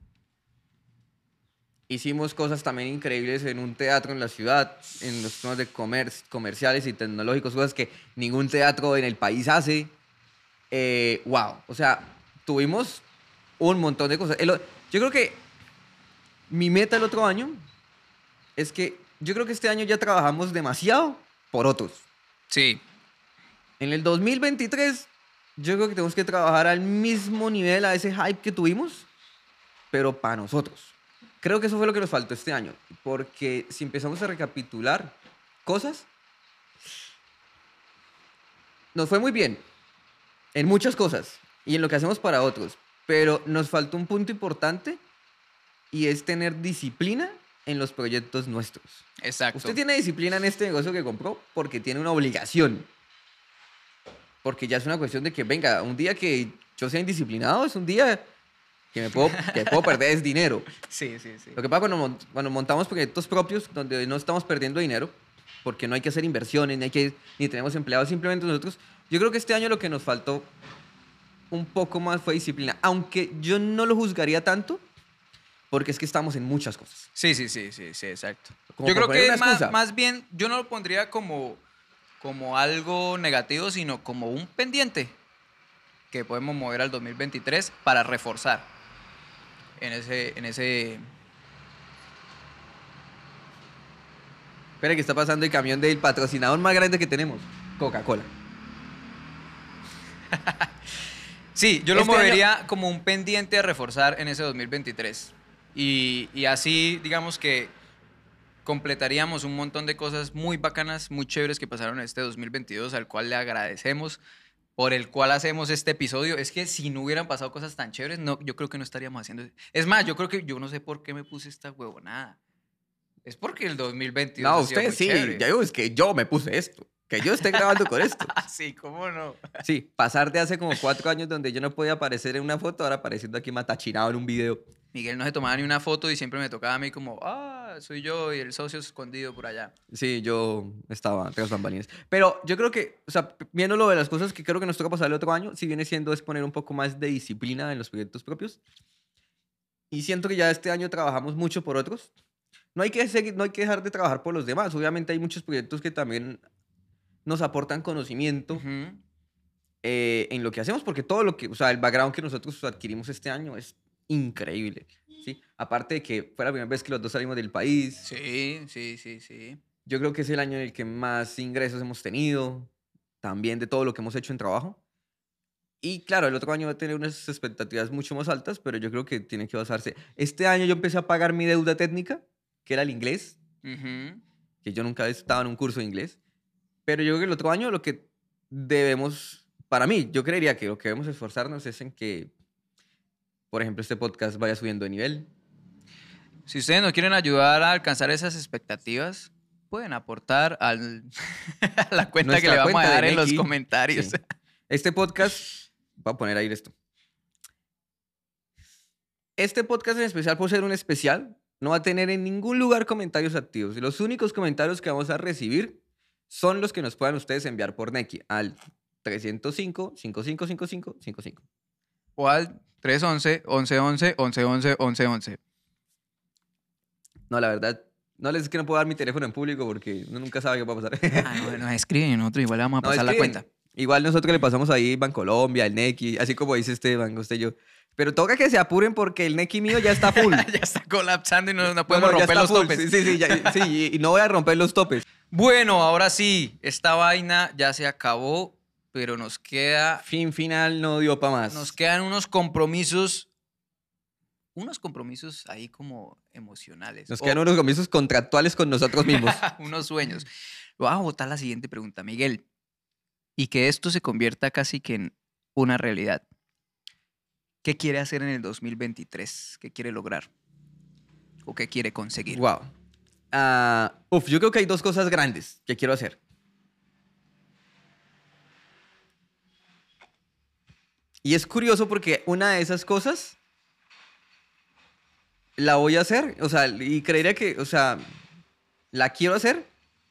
Hicimos cosas también increíbles en un teatro en la ciudad, en los temas de comerciales y tecnológicos, cosas que ningún teatro en el país hace. Wow, o sea, tuvimos un montón de cosas. Yo creo que mi meta el otro año es que yo creo que este año ya trabajamos demasiado por otros. Sí, En el 2023, yo creo que tenemos que trabajar al mismo nivel a ese hype que tuvimos, pero para nosotros. Creo que eso fue lo que nos faltó este año, porque si empezamos a recapitular cosas, nos fue muy bien en muchas cosas y en lo que hacemos para otros, pero nos faltó un punto importante y es tener disciplina en los proyectos nuestros. Usted exacto. tiene disciplina en este negocio que compró porque tiene una obligación, porque ya es una cuestión de que, venga, un día que yo sea indisciplinado es un día que puedo perder es dinero. Sí, sí, sí. Lo que pasa cuando montamos proyectos propios donde no estamos perdiendo dinero, porque no hay que hacer inversiones, ni tenemos empleados, simplemente nosotros, yo creo que este año lo que nos faltó un poco más fue disciplina, aunque yo no lo juzgaría tanto, porque es que estamos en muchas cosas. Sí, sí, sí, sí, sí, exacto. Como Yo por creo poner una que excusa. más bien, yo no lo pondría como algo negativo, sino como un pendiente que podemos mover al 2023 para reforzar en ese. Espera que está pasando el camión del patrocinador más grande que tenemos, Coca-Cola. Sí, yo lo Este año- movería como un pendiente a reforzar en ese 2023. Y así, digamos que completaríamos un montón de cosas muy bacanas, muy chéveres que pasaron en este 2022, al cual le agradecemos, por el cual hacemos este episodio. Es que si no hubieran pasado cosas tan chéveres, no, yo creo que no estaríamos haciendo. Es más, yo creo que yo no sé por qué me puse esta huevonada. Es porque el 2022 No, ha sido usted muy sí, chévere. ya digo, es que yo me puse esto, que yo esté grabando con esto. Sí, ¿cómo no? Sí, pasar de hace como 4 años donde yo no podía aparecer en una foto, ahora apareciendo aquí matachinado en un video. Miguel no se tomaba ni una foto y siempre me tocaba a mí como, soy yo y el socio escondido por allá. Sí, yo estaba tras bambalinas. Pero yo creo que, o sea, viendo lo de las cosas que creo que nos toca pasar el otro año, si viene siendo es poner un poco más de disciplina en los proyectos propios. Y siento que ya este año trabajamos mucho por otros. No hay que dejar de trabajar por los demás. Obviamente hay muchos proyectos que también nos aportan conocimiento Ujú. en lo que hacemos, porque todo lo que, o sea, el background que nosotros adquirimos este año es increíble, ¿sí? Aparte de que fue la primera vez que los dos salimos del país, Sí, sí, sí, sí. yo creo que es el año en el que más ingresos hemos tenido, también de todo lo que hemos hecho en trabajo. Y claro, el otro año va a tener unas expectativas mucho más altas, pero yo creo que tiene que basarse. Este año yo empecé a pagar mi deuda técnica, que era el inglés, Ujú. que yo nunca he estado en un curso de inglés. Pero yo creo que el otro año lo que debemos, para mí, yo creería que lo que debemos esforzarnos es en que, por ejemplo, este podcast vaya subiendo de nivel. Si ustedes nos quieren ayudar a alcanzar esas expectativas, pueden aportar a la cuenta que Nuestra le vamos a cuenta de dar en los Nequi, comentarios. sí. Este podcast, voy a poner ahí esto. Este podcast en especial, por ser un especial, no va a tener en ningún lugar comentarios activos. Y los únicos comentarios que vamos a recibir son los que nos puedan ustedes enviar por Nequi al 305-555555. O al 311-1111-1111-1111. No, la verdad, no les es que no puedo dar mi teléfono en público porque uno nunca sabe qué va a pasar. No, nos escriben y nosotros igual le vamos a No, pasar la escriben. cuenta. Igual nosotros que le pasamos ahí Bancolombia, el Nequi, así como dice Esteban, usted y yo. Pero toca que se apuren porque el Nequi mío ya está full. Ya está colapsando y no podemos ya romper está los full. topes. Sí, y no voy a romper los topes. Bueno, ahora sí, esta vaina ya se acabó, pero nos queda... Fin final no dio para más. Nos quedan unos compromisos ahí como emocionales. Nos quedan unos compromisos contractuales con nosotros mismos. Unos sueños. Vamos a botar la siguiente pregunta, Miguel. Y que esto se convierta casi que en una realidad. ¿Qué quiere hacer en el 2023? ¿Qué quiere lograr? ¿O qué quiere conseguir? Wow. Yo creo que hay dos cosas grandes que quiero hacer. Y es curioso porque una de esas cosas la voy a hacer, o sea, y creería que, o sea, la quiero hacer.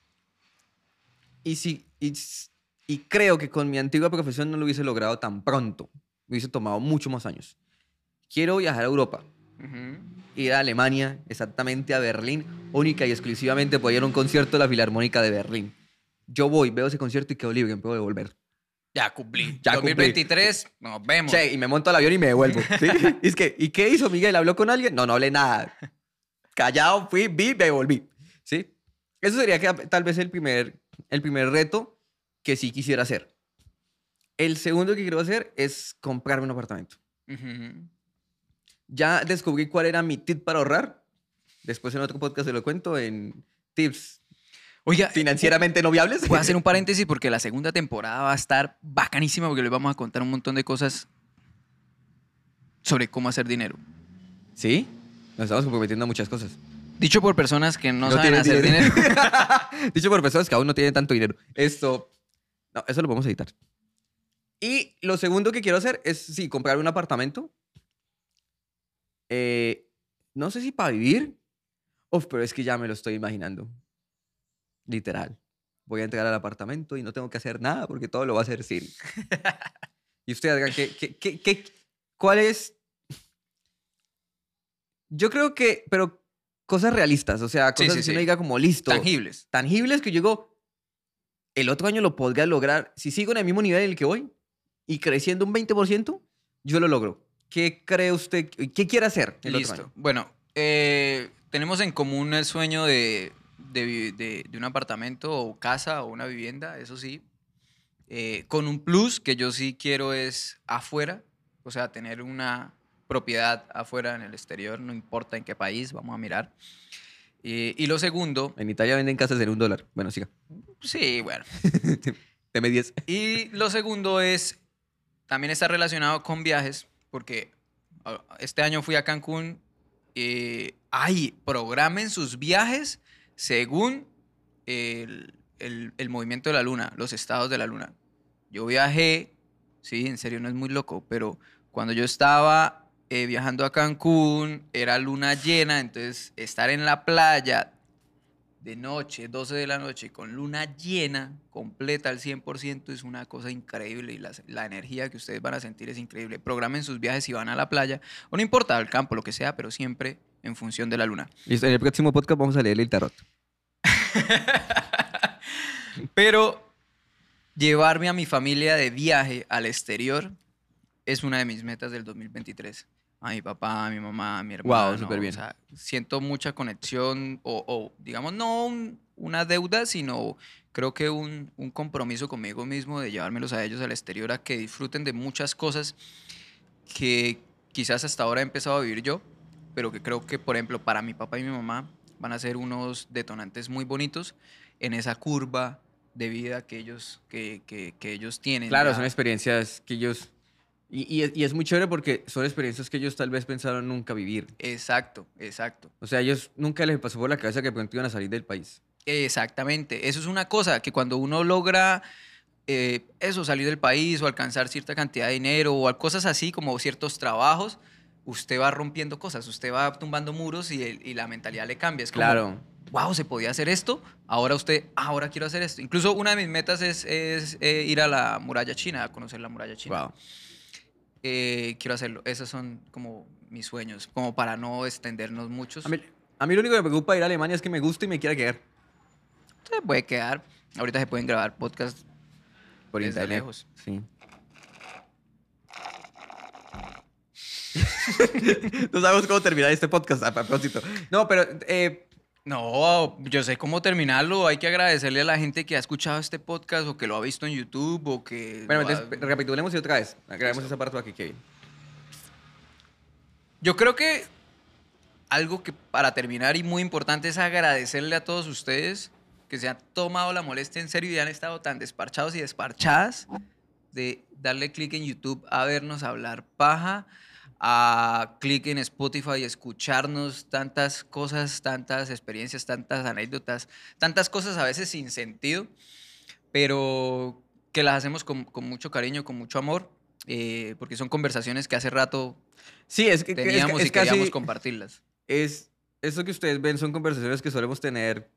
Y creo que con mi antigua profesión no lo hubiese logrado tan pronto. Me hubiese tomado mucho más años. Quiero viajar a Europa. Ujú. Ir a Alemania, exactamente a Berlín, única y exclusivamente por ir a un concierto de la Filarmónica de Berlín. Yo voy, veo ese concierto y quedo libre, me puedo devolver. Ya cumplí. Ya cumplí. 2023, nos vemos. Che, y me monto al avión y me devuelvo. ¿Sí? Y es que, ¿y qué hizo Miguel? ¿Habló con alguien? No hablé nada. Callado, fui, vi, me devolví. ¿Sí? Eso sería tal vez el primer reto que sí quisiera hacer. El segundo que quiero hacer es comprarme un apartamento. Ujú. Ya descubrí cuál era mi tip para ahorrar. Después en otro podcast se lo cuento en tips Oiga, financieramente no viables. voy a hacer un paréntesis porque la segunda temporada va a estar bacanísima porque les vamos a contar un montón de cosas sobre cómo hacer dinero. ¿Sí? Nos estamos comprometiendo a muchas cosas. Dicho por personas que no saben tienen hacer dinero. Dicho por personas que aún no tienen tanto dinero. No, eso lo podemos editar. Y lo segundo que quiero hacer es, sí, comprar un apartamento. No sé si para vivir. Pero es que ya me lo estoy imaginando. Literal. Voy a entrar al apartamento y no tengo que hacer nada porque todo lo va a hacer Siri. Y ustedes digan, ¿cuál es? Yo creo que, pero cosas realistas, o sea, cosas que uno diga como listo. Tangibles. Tangibles que yo digo, el otro año lo podría lograr. Si sigo en el mismo nivel en el que voy y creciendo un 20%, yo lo logro. ¿Qué cree usted? ¿Qué quiere hacer el otro Listo. año? Bueno, tenemos en común el sueño de un apartamento o casa o una vivienda, eso sí. Con un plus que yo sí quiero es afuera, o sea, tener una propiedad afuera en el exterior, no importa en qué país, vamos a mirar. Y lo segundo, En Italia venden casas en $1. Bueno, siga. sí, bueno. Deme 10. Y lo segundo es, también está relacionado con viajes, porque este año fui a Cancún. Programen sus viajes según el movimiento de la luna, los estados de la luna. Yo viajé, sí, en serio, no es muy loco, pero cuando yo estaba viajando a Cancún, era luna llena, entonces estar en la playa de noche, 12 de la noche, con luna llena, completa al 100%, es una cosa increíble y la energía que ustedes van a sentir es increíble. Programen sus viajes si van a la playa, o no importa, al campo, lo que sea, pero siempre en función de la luna. Listo, en el próximo podcast vamos a leer el tarot. Pero llevarme a mi familia de viaje al exterior es una de mis metas del 2023. A mi papá, a mi mamá, a mi hermano. Wow, súper bien. O sea, siento mucha conexión o digamos, no una deuda, sino creo que un compromiso conmigo mismo de llevármelos a ellos al exterior a que disfruten de muchas cosas que quizás hasta ahora he empezado a vivir yo, pero que creo que, por ejemplo, para mi papá y mi mamá van a ser unos detonantes muy bonitos en esa curva de vida que ellos tienen. Claro, ya. son experiencias que ellos... Y es muy chévere porque son experiencias que ellos tal vez pensaron nunca vivir. Exacto. O sea, a ellos nunca les pasó por la cabeza que pronto iban a salir del país. Exactamente. Eso es una cosa que cuando uno logra salir del país o alcanzar cierta cantidad de dinero o cosas así como ciertos trabajos, usted va rompiendo cosas, usted va tumbando muros y la mentalidad le cambia. Es como, Claro. wow, se podía hacer esto, ahora quiero hacer esto. Incluso una de mis metas es ir a la muralla china, a conocer la muralla china. Wow. Quiero hacerlo. Esos son como mis sueños, como para no extendernos muchos. A mí lo único que me preocupa de ir a Alemania es que me guste y me quiera quedar Se puede quedar. Ahorita se pueden grabar podcasts por desde internet. lejos. Sí. No sabemos cómo terminar este podcast a propósito. No, pero No, yo sé cómo terminarlo. Hay que agradecerle a la gente que ha escuchado este podcast o que lo ha visto en YouTube o que... bueno, lo ha- entonces recapitulemos y otra vez. Grabemos esa parte aquí, Kevin. Yo creo que algo que para terminar y muy importante es agradecerle a todos ustedes que se han tomado la molestia en serio y han estado tan desparchados y desparchadas de darle clic en YouTube a vernos hablar paja, a clic en Spotify y escucharnos tantas cosas, tantas experiencias, tantas anécdotas, tantas cosas a veces sin sentido, pero que las hacemos con mucho cariño, con mucho amor, porque son conversaciones que hace rato Sí, es que teníamos es y queríamos casi... compartirlas. Eso que ustedes ven son conversaciones que solemos tener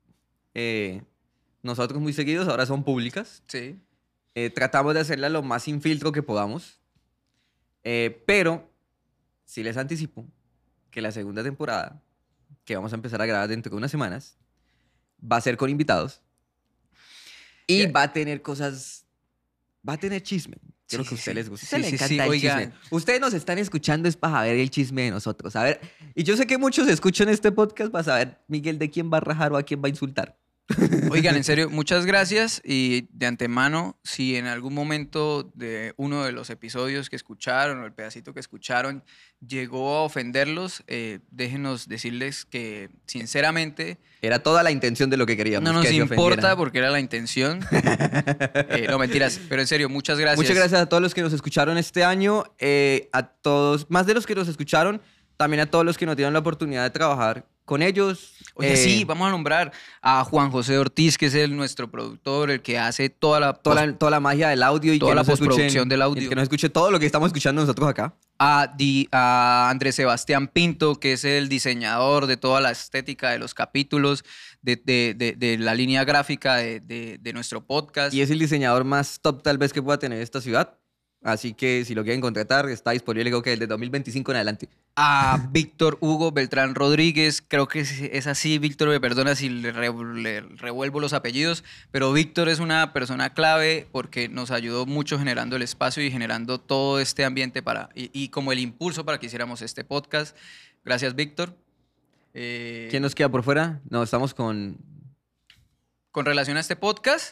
nosotros muy seguidos, ahora son públicas. Sí. Tratamos de hacerla lo más sin filtro que podamos. Pero sí les anticipo que la segunda temporada, que vamos a empezar a grabar dentro de unas semanas, va a ser con invitados. Y Ya. va a tener cosas... Va a tener chisme. Quiero Sí, que a sí, ustedes les sí. guste. Sí, A ustedes sí, les sí, encanta el oigan. chisme. Ustedes nos están escuchando es para saber el chisme de nosotros. A ver, y yo sé que muchos escuchan este podcast para saber, Miguel, de quién va a rajar o a quién va a insultar. Oigan, en serio, muchas gracias y de antemano, si en algún momento de uno de los episodios que escucharon o el pedacito que escucharon llegó a ofenderlos, déjenos decirles que sinceramente Era toda la intención de lo que queríamos. no nos que se importa ofendieran. porque era la intención. No, mentiras, pero en serio, muchas gracias. Muchas gracias a todos los que nos escucharon este año, a todos, más de los que nos escucharon, también a todos los que nos dieron la oportunidad de trabajar con ellos. Oye, sí, vamos a nombrar a Juan José Ortiz, que es nuestro productor, el que hace toda la toda la magia del audio y toda que la nos escuchen- postproducción del audio. y que nos escuche todo lo que estamos escuchando nosotros acá. a Andrés Sebastián Pinto, que es el diseñador de toda la estética de los capítulos, de la línea gráfica de nuestro podcast. Y es el diseñador más top tal vez que pueda tener esta ciudad. Así que si lo quieren contratar, está disponible creo que desde 2025 en adelante. A Víctor Hugo Beltrán Rodríguez, creo que es así, Víctor, me perdona si le revuelvo los apellidos, pero Víctor es una persona clave porque nos ayudó mucho generando el espacio y generando todo este ambiente y como el impulso para que hiciéramos este podcast. Gracias, Víctor. ¿Quién nos queda por fuera? No, estamos con... Con relación a este podcast,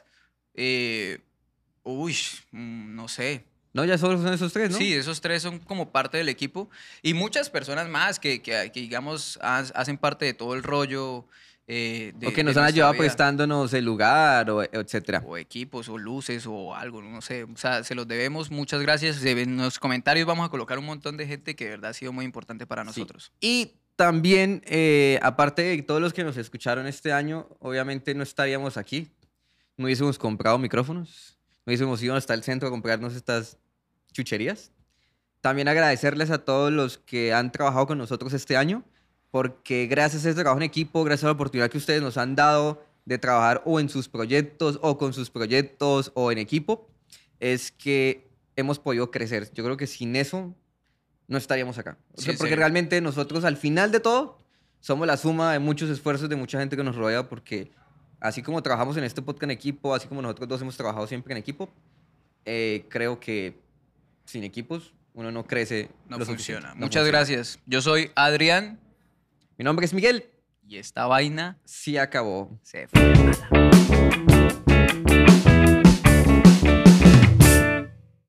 no sé. No, ya solo son esos tres, ¿no? Sí, esos tres son como parte del equipo y muchas personas más que digamos, hacen parte de todo el rollo. O que nos de han nuestra ayudado vida. prestándonos el lugar, o etcétera. O equipos, o luces, o algo, no sé. O sea, se los debemos. Muchas gracias. En los comentarios vamos a colocar un montón de gente que de verdad ha sido muy importante para Sí. nosotros. Y también, aparte de todos los que nos escucharon este año, obviamente no estaríamos aquí. No hubiésemos comprado micrófonos. No hubiésemos ido hasta el centro a comprarnos estas chucherías. También agradecerles a todos los que han trabajado con nosotros este año, porque gracias a este trabajo en equipo, gracias a la oportunidad que ustedes nos han dado de trabajar o en sus proyectos, o con sus proyectos, o en equipo, es que hemos podido crecer. Yo creo que sin eso no estaríamos acá. O Sí, sea, en porque serio. realmente nosotros al final de todo somos la suma de muchos esfuerzos de mucha gente que nos rodea, porque así como trabajamos en este podcast en equipo, así como nosotros dos hemos trabajado siempre en equipo, creo que sin equipos uno no crece. No lo funciona. suficiente. No Muchas funciona. gracias. Yo soy Adrián Mi nombre es Miguel. y esta vaina Sí acabó. se fue.